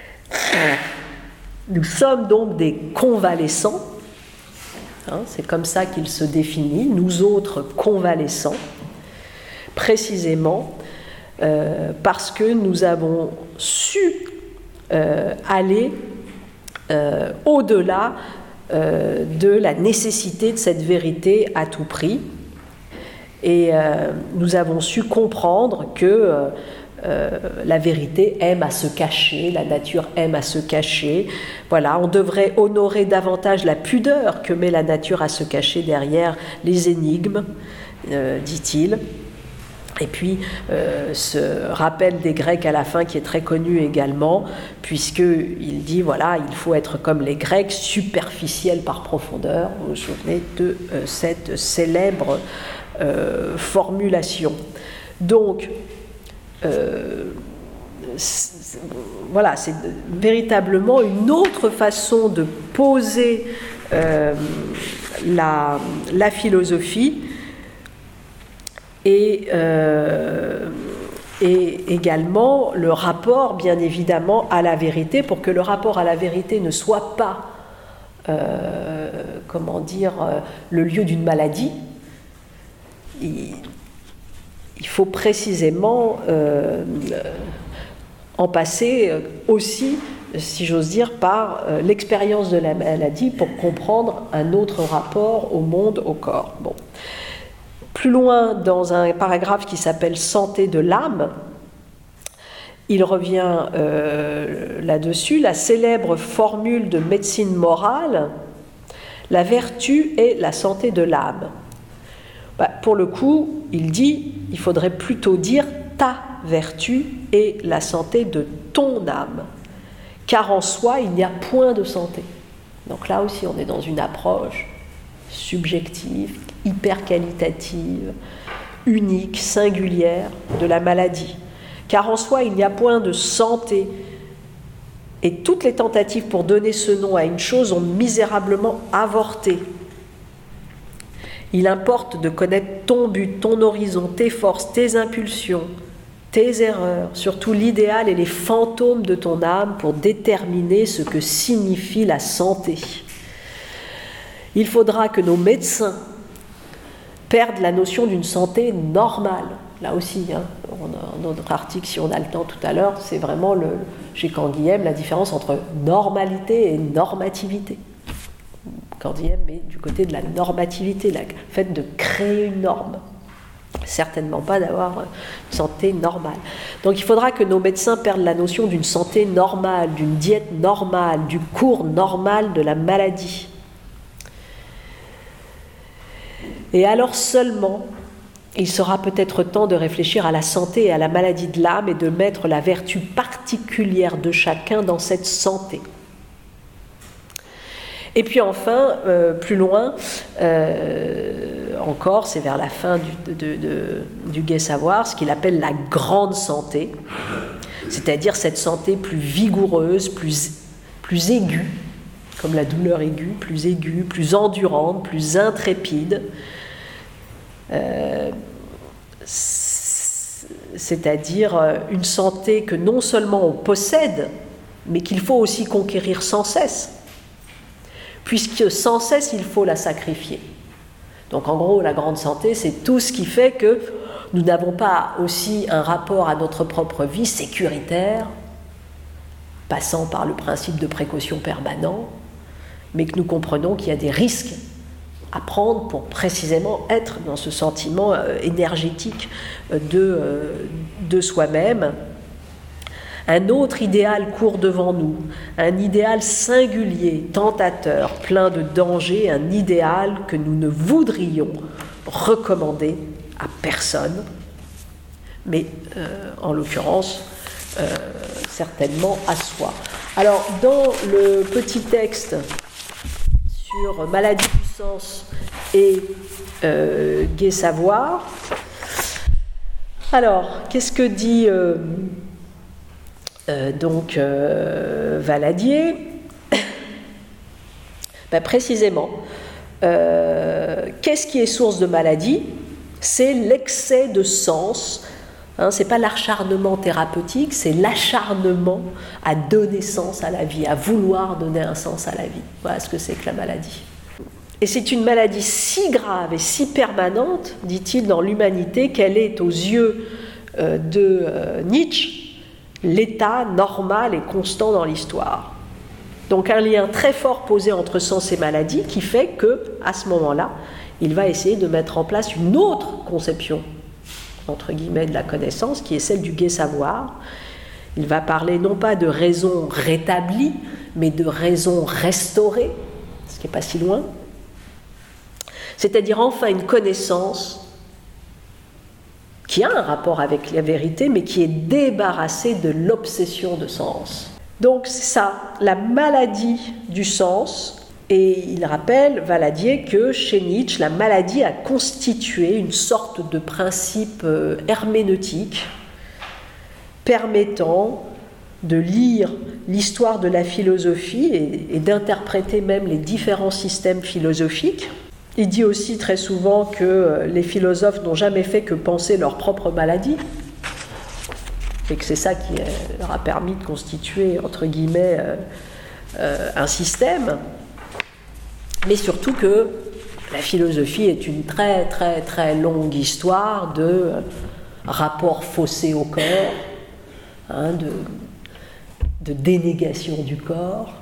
Nous sommes donc des convalescents, hein, c'est comme ça qu'il se définit, nous autres convalescents, précisément euh, parce que nous avons su euh, aller euh, au-delà euh, de la nécessité de cette vérité à tout prix. Et euh, nous avons su comprendre que euh, euh, la vérité aime à se cacher, la nature aime à se cacher. Voilà, on devrait honorer davantage la pudeur que met la nature à se cacher derrière les énigmes, euh, dit-il. Et puis, euh, ce rappel des Grecs à la fin qui est très connu également, puisqu'il dit, voilà, il faut être comme les Grecs, superficiels par profondeur. Vous vous souvenez de euh, cette célèbre Euh, formulation. Donc, euh, c'est, voilà, c'est véritablement une autre façon de poser euh, la, la philosophie et, euh, et également le rapport, bien évidemment, à la vérité, pour que le rapport à la vérité ne soit pas, euh, comment dire, euh, le lieu d'une maladie. Il faut précisément euh, en passer aussi si j'ose dire, par euh, l'expérience de la maladie pour comprendre un autre rapport au monde, au corps. Bon. Plus loin, dans un paragraphe qui s'appelle « Santé de l'âme », il revient euh, là-dessus, la célèbre formule de médecine morale, la vertu est la santé de l'âme. Bah, pour le coup, il dit, il faudrait plutôt dire ta vertu est la santé de ton âme, car en soi, il n'y a point de santé. Donc là aussi, on est dans une approche subjective, hyper qualitative, unique, singulière de la maladie. Car en soi, il n'y a point de santé. Et toutes les tentatives pour donner ce nom à une chose ont misérablement avorté. Il importe de connaître ton but, ton horizon, tes forces, tes impulsions, tes erreurs, surtout l'idéal et les fantômes de ton âme pour déterminer ce que signifie la santé. Il faudra que nos médecins perdent la notion d'une santé normale. Là aussi, hein, on a un autre article, si on a le temps tout à l'heure, c'est vraiment, le, chez Canguilhem, la différence entre normalité et normativité. Canguilhem est du côté de la normativité, le fait de créer une norme. Certainement pas d'avoir une santé normale. Donc il faudra que nos médecins perdent la notion d'une santé normale, d'une diète normale, du cours normal de la maladie. Et alors seulement, il sera peut-être temps de réfléchir à la santé et à la maladie de l'âme et de mettre la vertu particulière de chacun dans cette santé. Et puis enfin, euh, plus loin, euh, encore, c'est vers la fin du, de, de, du Gai Savoir, ce qu'il appelle la grande santé, c'est-à-dire cette santé plus vigoureuse, plus, plus aiguë, comme la douleur aiguë, plus aiguë, plus endurante, plus intrépide, Euh, c'est-à-dire une santé que non seulement on possède, mais qu'il faut aussi conquérir sans cesse, puisque sans cesse il faut la sacrifier. Donc en gros, la grande santé, c'est tout ce qui fait que nous n'avons pas aussi un rapport à notre propre vie sécuritaire, passant par le principe de précaution permanent, mais que nous comprenons qu'il y a des risques à prendre pour précisément être dans ce sentiment euh, énergétique de, euh, de soi-même. Un autre idéal court devant nous, un idéal singulier, tentateur, plein de dangers, un idéal que nous ne voudrions recommander à personne, mais euh, en l'occurrence, euh, certainement à soi. Alors, dans le petit texte sur maladie du sens et euh, Gai Savoir. Alors, qu'est-ce que dit euh, euh, donc euh, Valadier? Ben, précisément, euh, qu'est-ce qui est source de maladie? C'est l'excès de sens. Hein, ce n'est pas l'acharnement thérapeutique, c'est l'acharnement à donner sens à la vie, à vouloir donner un sens à la vie. Voilà ce que c'est que la maladie. Et c'est une maladie si grave et si permanente, dit-il, dans l'humanité, qu'elle est aux yeux euh, de euh, Nietzsche l'état normal et constant dans l'histoire. Donc un lien très fort posé entre sens et maladie qui fait qu'à ce moment-là, il va essayer de mettre en place une autre conception entre guillemets de la connaissance, qui est celle du Gai Savoir. Il va parler non pas de raison rétablie, mais de raison restaurée, ce qui n'est pas si loin. C'est-à-dire enfin une connaissance qui a un rapport avec la vérité, mais qui est débarrassée de l'obsession de sens. Donc c'est ça, la maladie du sens. Et il rappelle, Valadier, que chez Nietzsche, la maladie a constitué une sorte de principe herméneutique permettant de lire l'histoire de la philosophie et, et d'interpréter même les différents systèmes philosophiques. Il dit aussi très souvent que les philosophes n'ont jamais fait que penser leur propre maladie et que c'est ça qui leur a permis de constituer, entre guillemets, euh, euh, un système. Mais surtout que la philosophie est une très très très longue histoire de rapports faussés au corps, hein, de de dénégation du corps.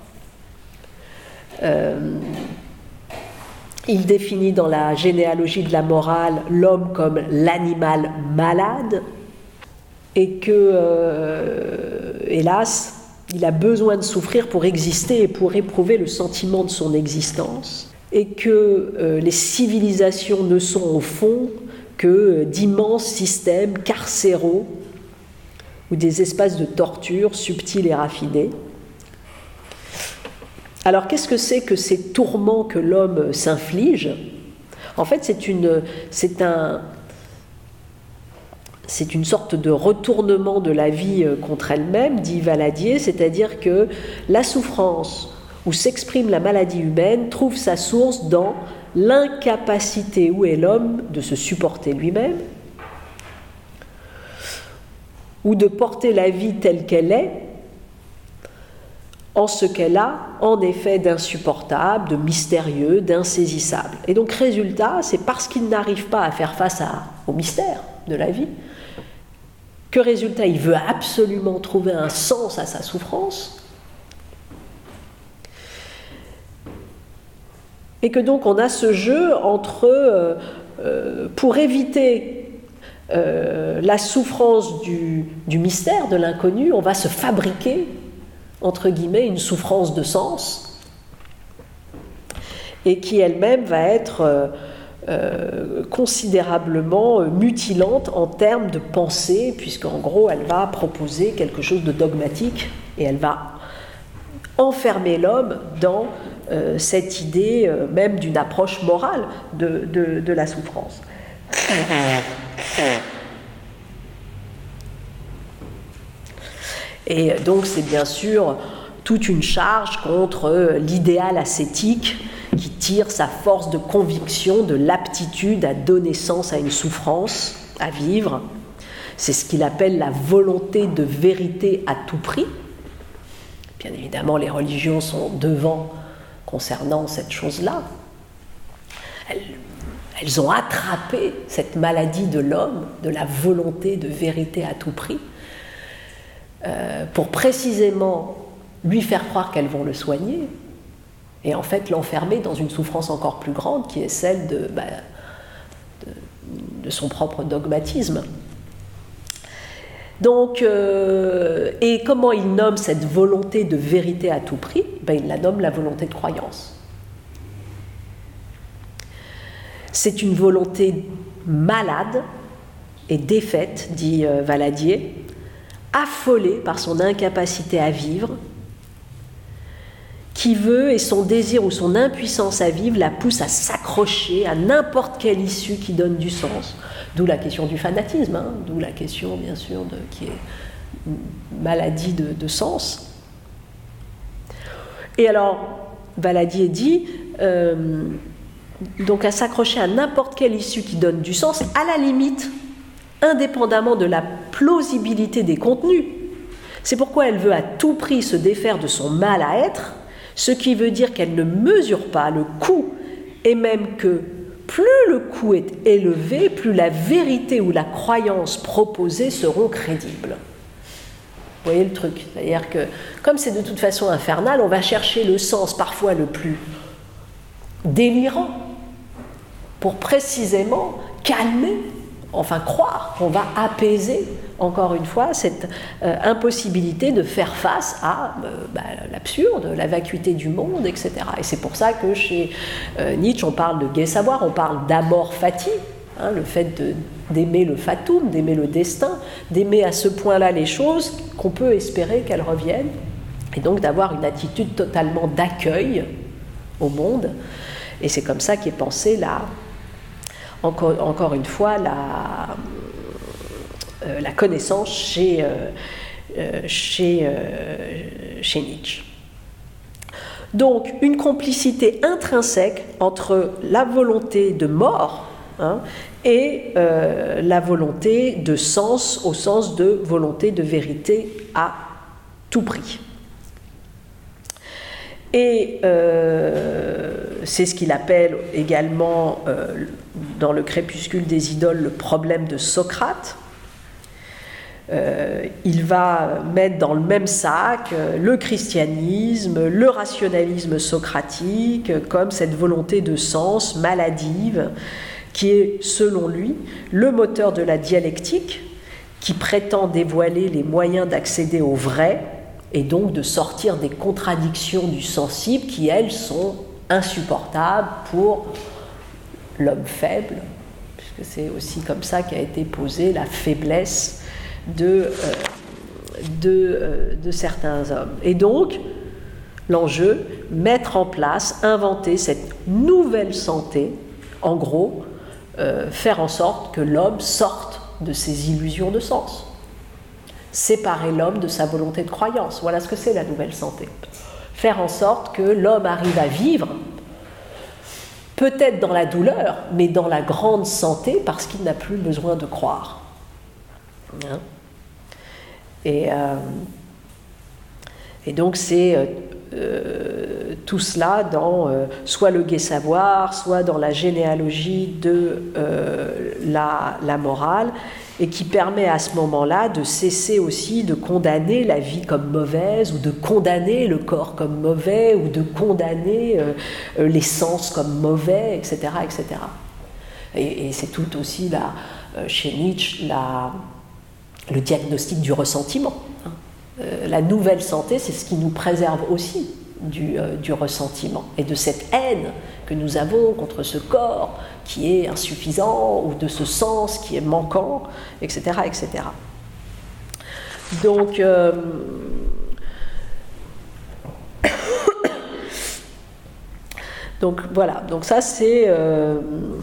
Euh, il définit dans la généalogie de la morale l'homme comme l'animal malade et que, euh, hélas, il a besoin de souffrir pour exister et pour éprouver le sentiment de son existence, et que euh, les civilisations ne sont au fond que euh, d'immenses systèmes carcéraux ou des espaces de torture subtils et raffinés. Alors qu'est-ce que c'est que ces tourments que l'homme s'inflige ? En fait, c'est une, c'est un, c'est une sorte de retournement de la vie contre elle-même, dit Valadier, c'est-à-dire que la souffrance où s'exprime la maladie humaine trouve sa source dans l'incapacité où est l'homme de se supporter lui-même, ou de porter la vie telle qu'elle est, en ce qu'elle a, en effet, d'insupportable, de mystérieux, d'insaisissable. Et donc, résultat, c'est parce qu'il n'arrive pas à faire face à, au mystère de la vie, que résultat, il veut absolument trouver un sens à sa souffrance, et que donc on a ce jeu entre, euh, euh, pour éviter euh, la souffrance du, du mystère, de l'inconnu, on va se fabriquer, entre guillemets, une souffrance de sens, et qui elle-même va être euh, euh, considérablement mutilante en termes de pensée, puisqu'en gros elle va proposer quelque chose de dogmatique, et elle va enfermer l'homme dans euh, cette idée euh, même d'une approche morale de, de, de la souffrance. Et donc c'est bien sûr toute une charge contre l'idéal ascétique qui tire sa force de conviction de l'aptitude à donner sens à une souffrance, à vivre. C'est ce qu'il appelle la volonté de vérité à tout prix. Bien évidemment, les religions sont devant concernant cette chose-là. Elles, elles ont attrapé cette maladie de l'homme, de la volonté de vérité à tout prix, euh, pour précisément lui faire croire qu'elles vont le soigner, et en fait l'enfermer dans une souffrance encore plus grande, qui est celle de, bah, de, de son propre dogmatisme. Donc, euh, et comment il nomme cette volonté de vérité à tout prix ? Ben, il la nomme la volonté de croyance. C'est une volonté malade et défaite, dit euh, Valadier, affolée par son incapacité à vivre, qui veut, et son désir ou son impuissance à vivre la pousse à s'accrocher à n'importe quelle issue qui donne du sens. D'où la question du fanatisme, hein, d'où la question, bien sûr, de, qui est une maladie de, de sens. Et alors, Valadier dit, euh, donc à s'accrocher à n'importe quelle issue qui donne du sens, à la limite, indépendamment de la plausibilité des contenus. C'est pourquoi elle veut à tout prix se défaire de son mal à être, ce qui veut dire qu'elle ne mesure pas le coût, et même que plus le coût est élevé, plus la vérité ou la croyance proposée seront crédibles. Vous voyez le truc, c'est-à-dire que comme c'est de toute façon infernal, on va chercher le sens parfois le plus délirant pour précisément calmer, enfin croire qu'on va apaiser, encore une fois, cette euh, impossibilité de faire face à euh, bah, l'absurde, la vacuité du monde, et cetera. Et c'est pour ça que chez euh, Nietzsche, on parle de gai savoir, on parle d'amor fati, hein, le fait de, d'aimer le fatum, d'aimer le destin, d'aimer à ce point-là les choses qu'on peut espérer qu'elles reviennent, et donc d'avoir une attitude totalement d'accueil au monde. Et c'est comme ça qu'est pensée la, encore, encore une fois, la... Euh, la connaissance chez, euh, euh, chez, euh, chez Nietzsche. Donc, une complicité intrinsèque entre la volonté de mort hein, et euh, la volonté de sens, au sens de volonté de vérité à tout prix. Et euh, c'est ce qu'il appelle également, euh, dans le Crépuscule des idoles, le problème de Socrate. euh, il va mettre dans le même sac euh, le christianisme, le rationalisme socratique, comme cette volonté de sens maladive qui est, selon lui, le moteur de la dialectique, qui prétend dévoiler les moyens d'accéder au vrai et donc de sortir des contradictions du sensible qui, elles, sont insupportables pour l'homme faible, puisque c'est aussi comme ça qu'a été posée la faiblesse de, euh, de, euh, de certains hommes. Et donc, l'enjeu, mettre en place, inventer cette nouvelle santé, en gros, euh, faire en sorte que l'homme sorte de ses illusions de sens. Séparer l'homme de sa volonté de croyance. Voilà ce que c'est la nouvelle santé. Faire en sorte que l'homme arrive à vivre, peut-être dans la douleur, mais dans la grande santé, parce qu'il n'a plus besoin de croire. Hein? Et, euh, et donc c'est euh, euh, tout cela dans euh, soit le gai savoir, soit dans la généalogie de euh, la, la morale, et qui permet à ce moment-là de cesser aussi de condamner la vie comme mauvaise, ou de condamner le corps comme mauvais, ou de condamner euh, les sens comme mauvais, et cetera, et cetera. Et, et c'est tout aussi là, euh, chez Nietzsche, la, le diagnostic du ressentiment. Hein. Euh, la nouvelle santé, c'est ce qui nous préserve aussi du, euh, du ressentiment et de cette haine que nous avons contre ce corps qui est insuffisant, ou de ce sens qui est manquant, et cetera, et cetera. Donc, euh, donc voilà, donc ça c'est, euh,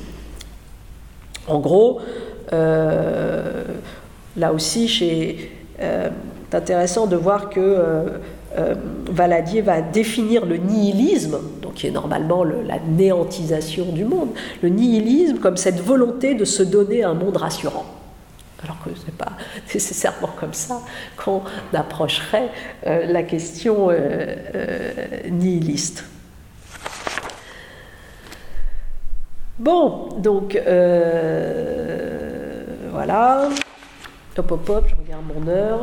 en gros, euh, là aussi, chez, euh, c'est intéressant de voir que euh, euh, Valadier va définir le nihilisme, donc qui est normalement le, la néantisation du monde, le nihilisme comme cette volonté de se donner un monde rassurant. Alors que ce n'est pas nécessairement comme ça qu'on approcherait euh, la question euh, euh, nihiliste. Bon, donc euh, voilà. Hop, hop, hop, je regarde mon heure.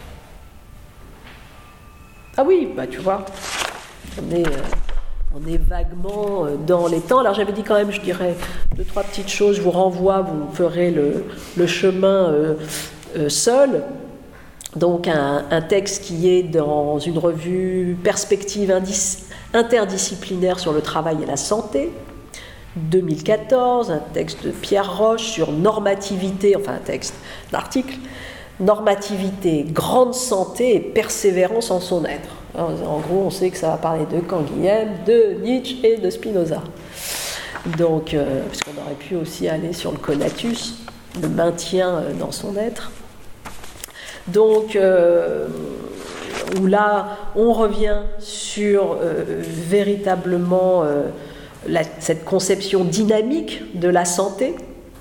Ah oui, bah tu vois, on est, euh, on est vaguement euh, dans les temps. Alors j'avais dit quand même, je dirais deux, trois petites choses. Je vous renvoie, vous ferez le, le chemin euh, euh, seul. Donc un, un texte qui est dans une revue Perspective indis, interdisciplinaire sur le travail et la santé, deux mille quatorze, un texte de Pierre Roche sur normativité, enfin un texte, un article, normativité, grande santé et persévérance en son être. En, en gros, on sait que ça va parler de Canguilhem, de Nietzsche et de Spinoza. Donc, euh, puisqu'on aurait pu aussi aller sur le conatus, le maintien dans son être. Donc, euh, où là, on revient sur euh, véritablement euh, la, cette conception dynamique de la santé,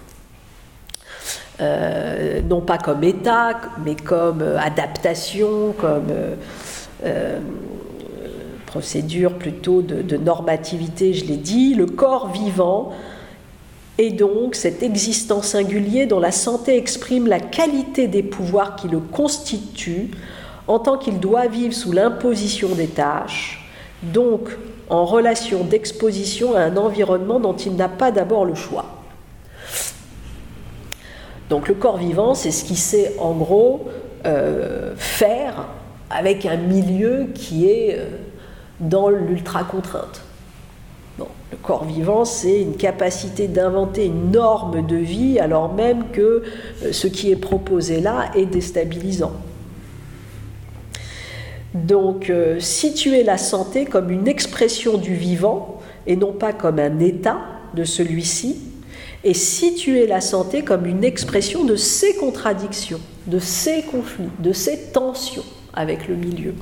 euh, non pas comme état, mais comme euh, adaptation, comme euh, euh, procédure plutôt de, de normativité, je l'ai dit. Le corps vivant est donc cet existant singulier dont la santé exprime la qualité des pouvoirs qui le constituent, en tant qu'il doit vivre sous l'imposition des tâches, donc en relation d'exposition à un environnement dont il n'a pas d'abord le choix. Donc le corps vivant, c'est ce qui sait en gros euh, faire avec un milieu qui est euh, dans l'ultra-contrainte. Bon, le corps vivant, c'est une capacité d'inventer une norme de vie alors même que euh, ce qui est proposé là est déstabilisant. Donc, euh, situer la santé comme une expression du vivant et non pas comme un état de celui-ci, et situer la santé comme une expression de ses contradictions, de ses conflits, de ses tensions avec le milieu.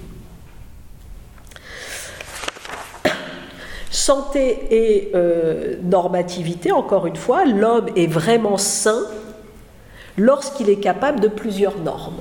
Santé et euh, normativité, encore une fois, l'homme est vraiment sain lorsqu'il est capable de plusieurs normes.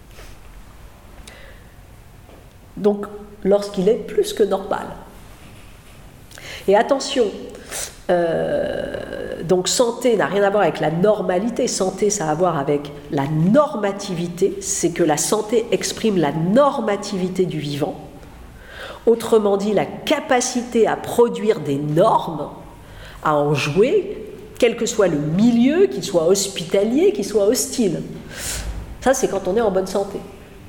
Donc, lorsqu'il est plus que normal. Et attention, euh, donc santé n'a rien à voir avec la normalité, santé ça a à voir avec la normativité, c'est que la santé exprime la normativité du vivant, autrement dit la capacité à produire des normes, à en jouer, quel que soit le milieu, qu'il soit hospitalier, qu'il soit hostile. Ça c'est quand on est en bonne santé.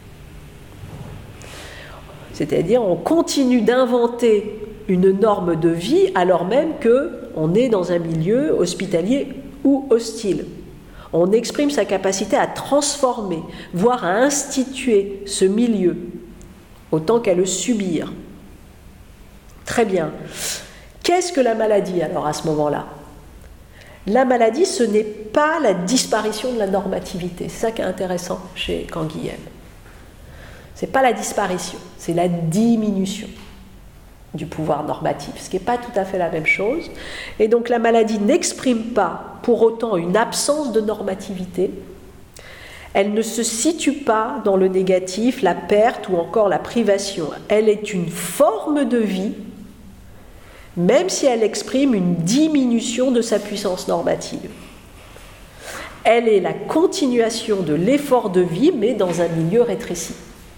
C'est-à-dire on continue d'inventer une norme de vie alors même qu'on est dans un milieu hospitalier ou hostile. On exprime sa capacité à transformer, voire à instituer ce milieu, autant qu'à le subir. Très bien. Qu'est-ce que la maladie alors à ce moment-là ? La maladie, ce n'est pas la disparition de la normativité. C'est ça qui est intéressant chez Canguilhem. Ce n'est pas la disparition, c'est la diminution du pouvoir normatif, ce qui n'est pas tout à fait la même chose. Et donc la maladie n'exprime pas pour autant une absence de normativité. Elle ne se situe pas dans le négatif, la perte ou encore la privation. Elle est une forme de vie, même si elle exprime une diminution de sa puissance normative. Elle est la continuation de l'effort de vie, mais dans un milieu rétréci.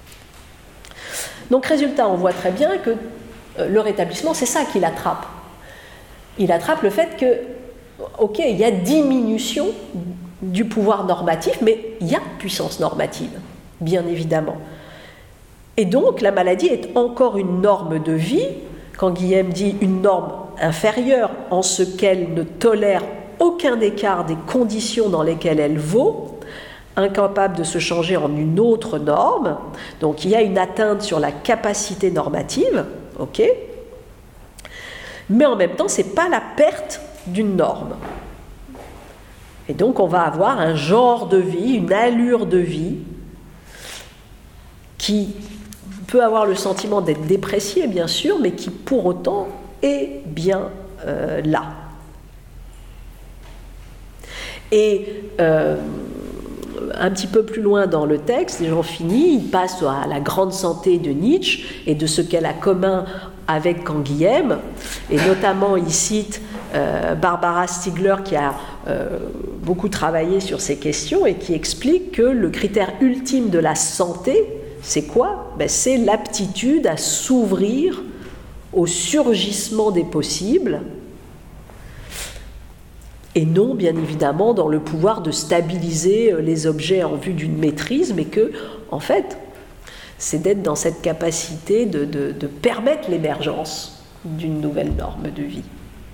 Donc résultat, on voit très bien que le rétablissement, c'est ça qu'il attrape. Il attrape le fait que, ok, il y a diminution du pouvoir normatif, mais il y a puissance normative, bien évidemment. Et donc, la maladie est encore une norme de vie, quand Canguilhem dit une norme inférieure en ce qu'elle ne tolère aucun écart des conditions dans lesquelles elle vaut, incapable de se changer en une autre norme. Donc, il y a une atteinte sur la capacité normative. Ok, mais en même temps, ce n'est pas la perte d'une norme. Et donc, on va avoir un genre de vie, une allure de vie qui peut avoir le sentiment d'être dépréciée, bien sûr, mais qui pour autant est bien euh, là. Et euh, un petit peu plus loin dans le texte, et j'en finis, il passe à la grande santé de Nietzsche et de ce qu'elle a commun avec Canguilhem, et notamment il cite euh, Barbara Stiegler qui a euh, beaucoup travaillé sur ces questions et qui explique que le critère ultime de la santé, c'est quoi ? Ben, c'est l'aptitude à s'ouvrir au surgissement des possibles, et non, bien évidemment, dans le pouvoir de stabiliser les objets en vue d'une maîtrise, mais que, en fait, c'est d'être dans cette capacité de, de, de permettre l'émergence d'une nouvelle norme de vie.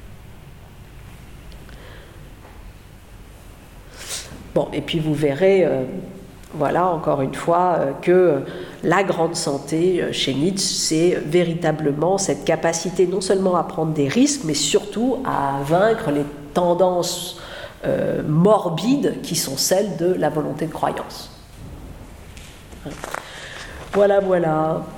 Bon, et puis vous verrez, euh, voilà, encore une fois, euh, que la grande santé euh, chez Nietzsche, c'est véritablement cette capacité non seulement à prendre des risques, mais surtout à vaincre les tendances euh, morbides qui sont celles de la volonté de croyance. Voilà, voilà.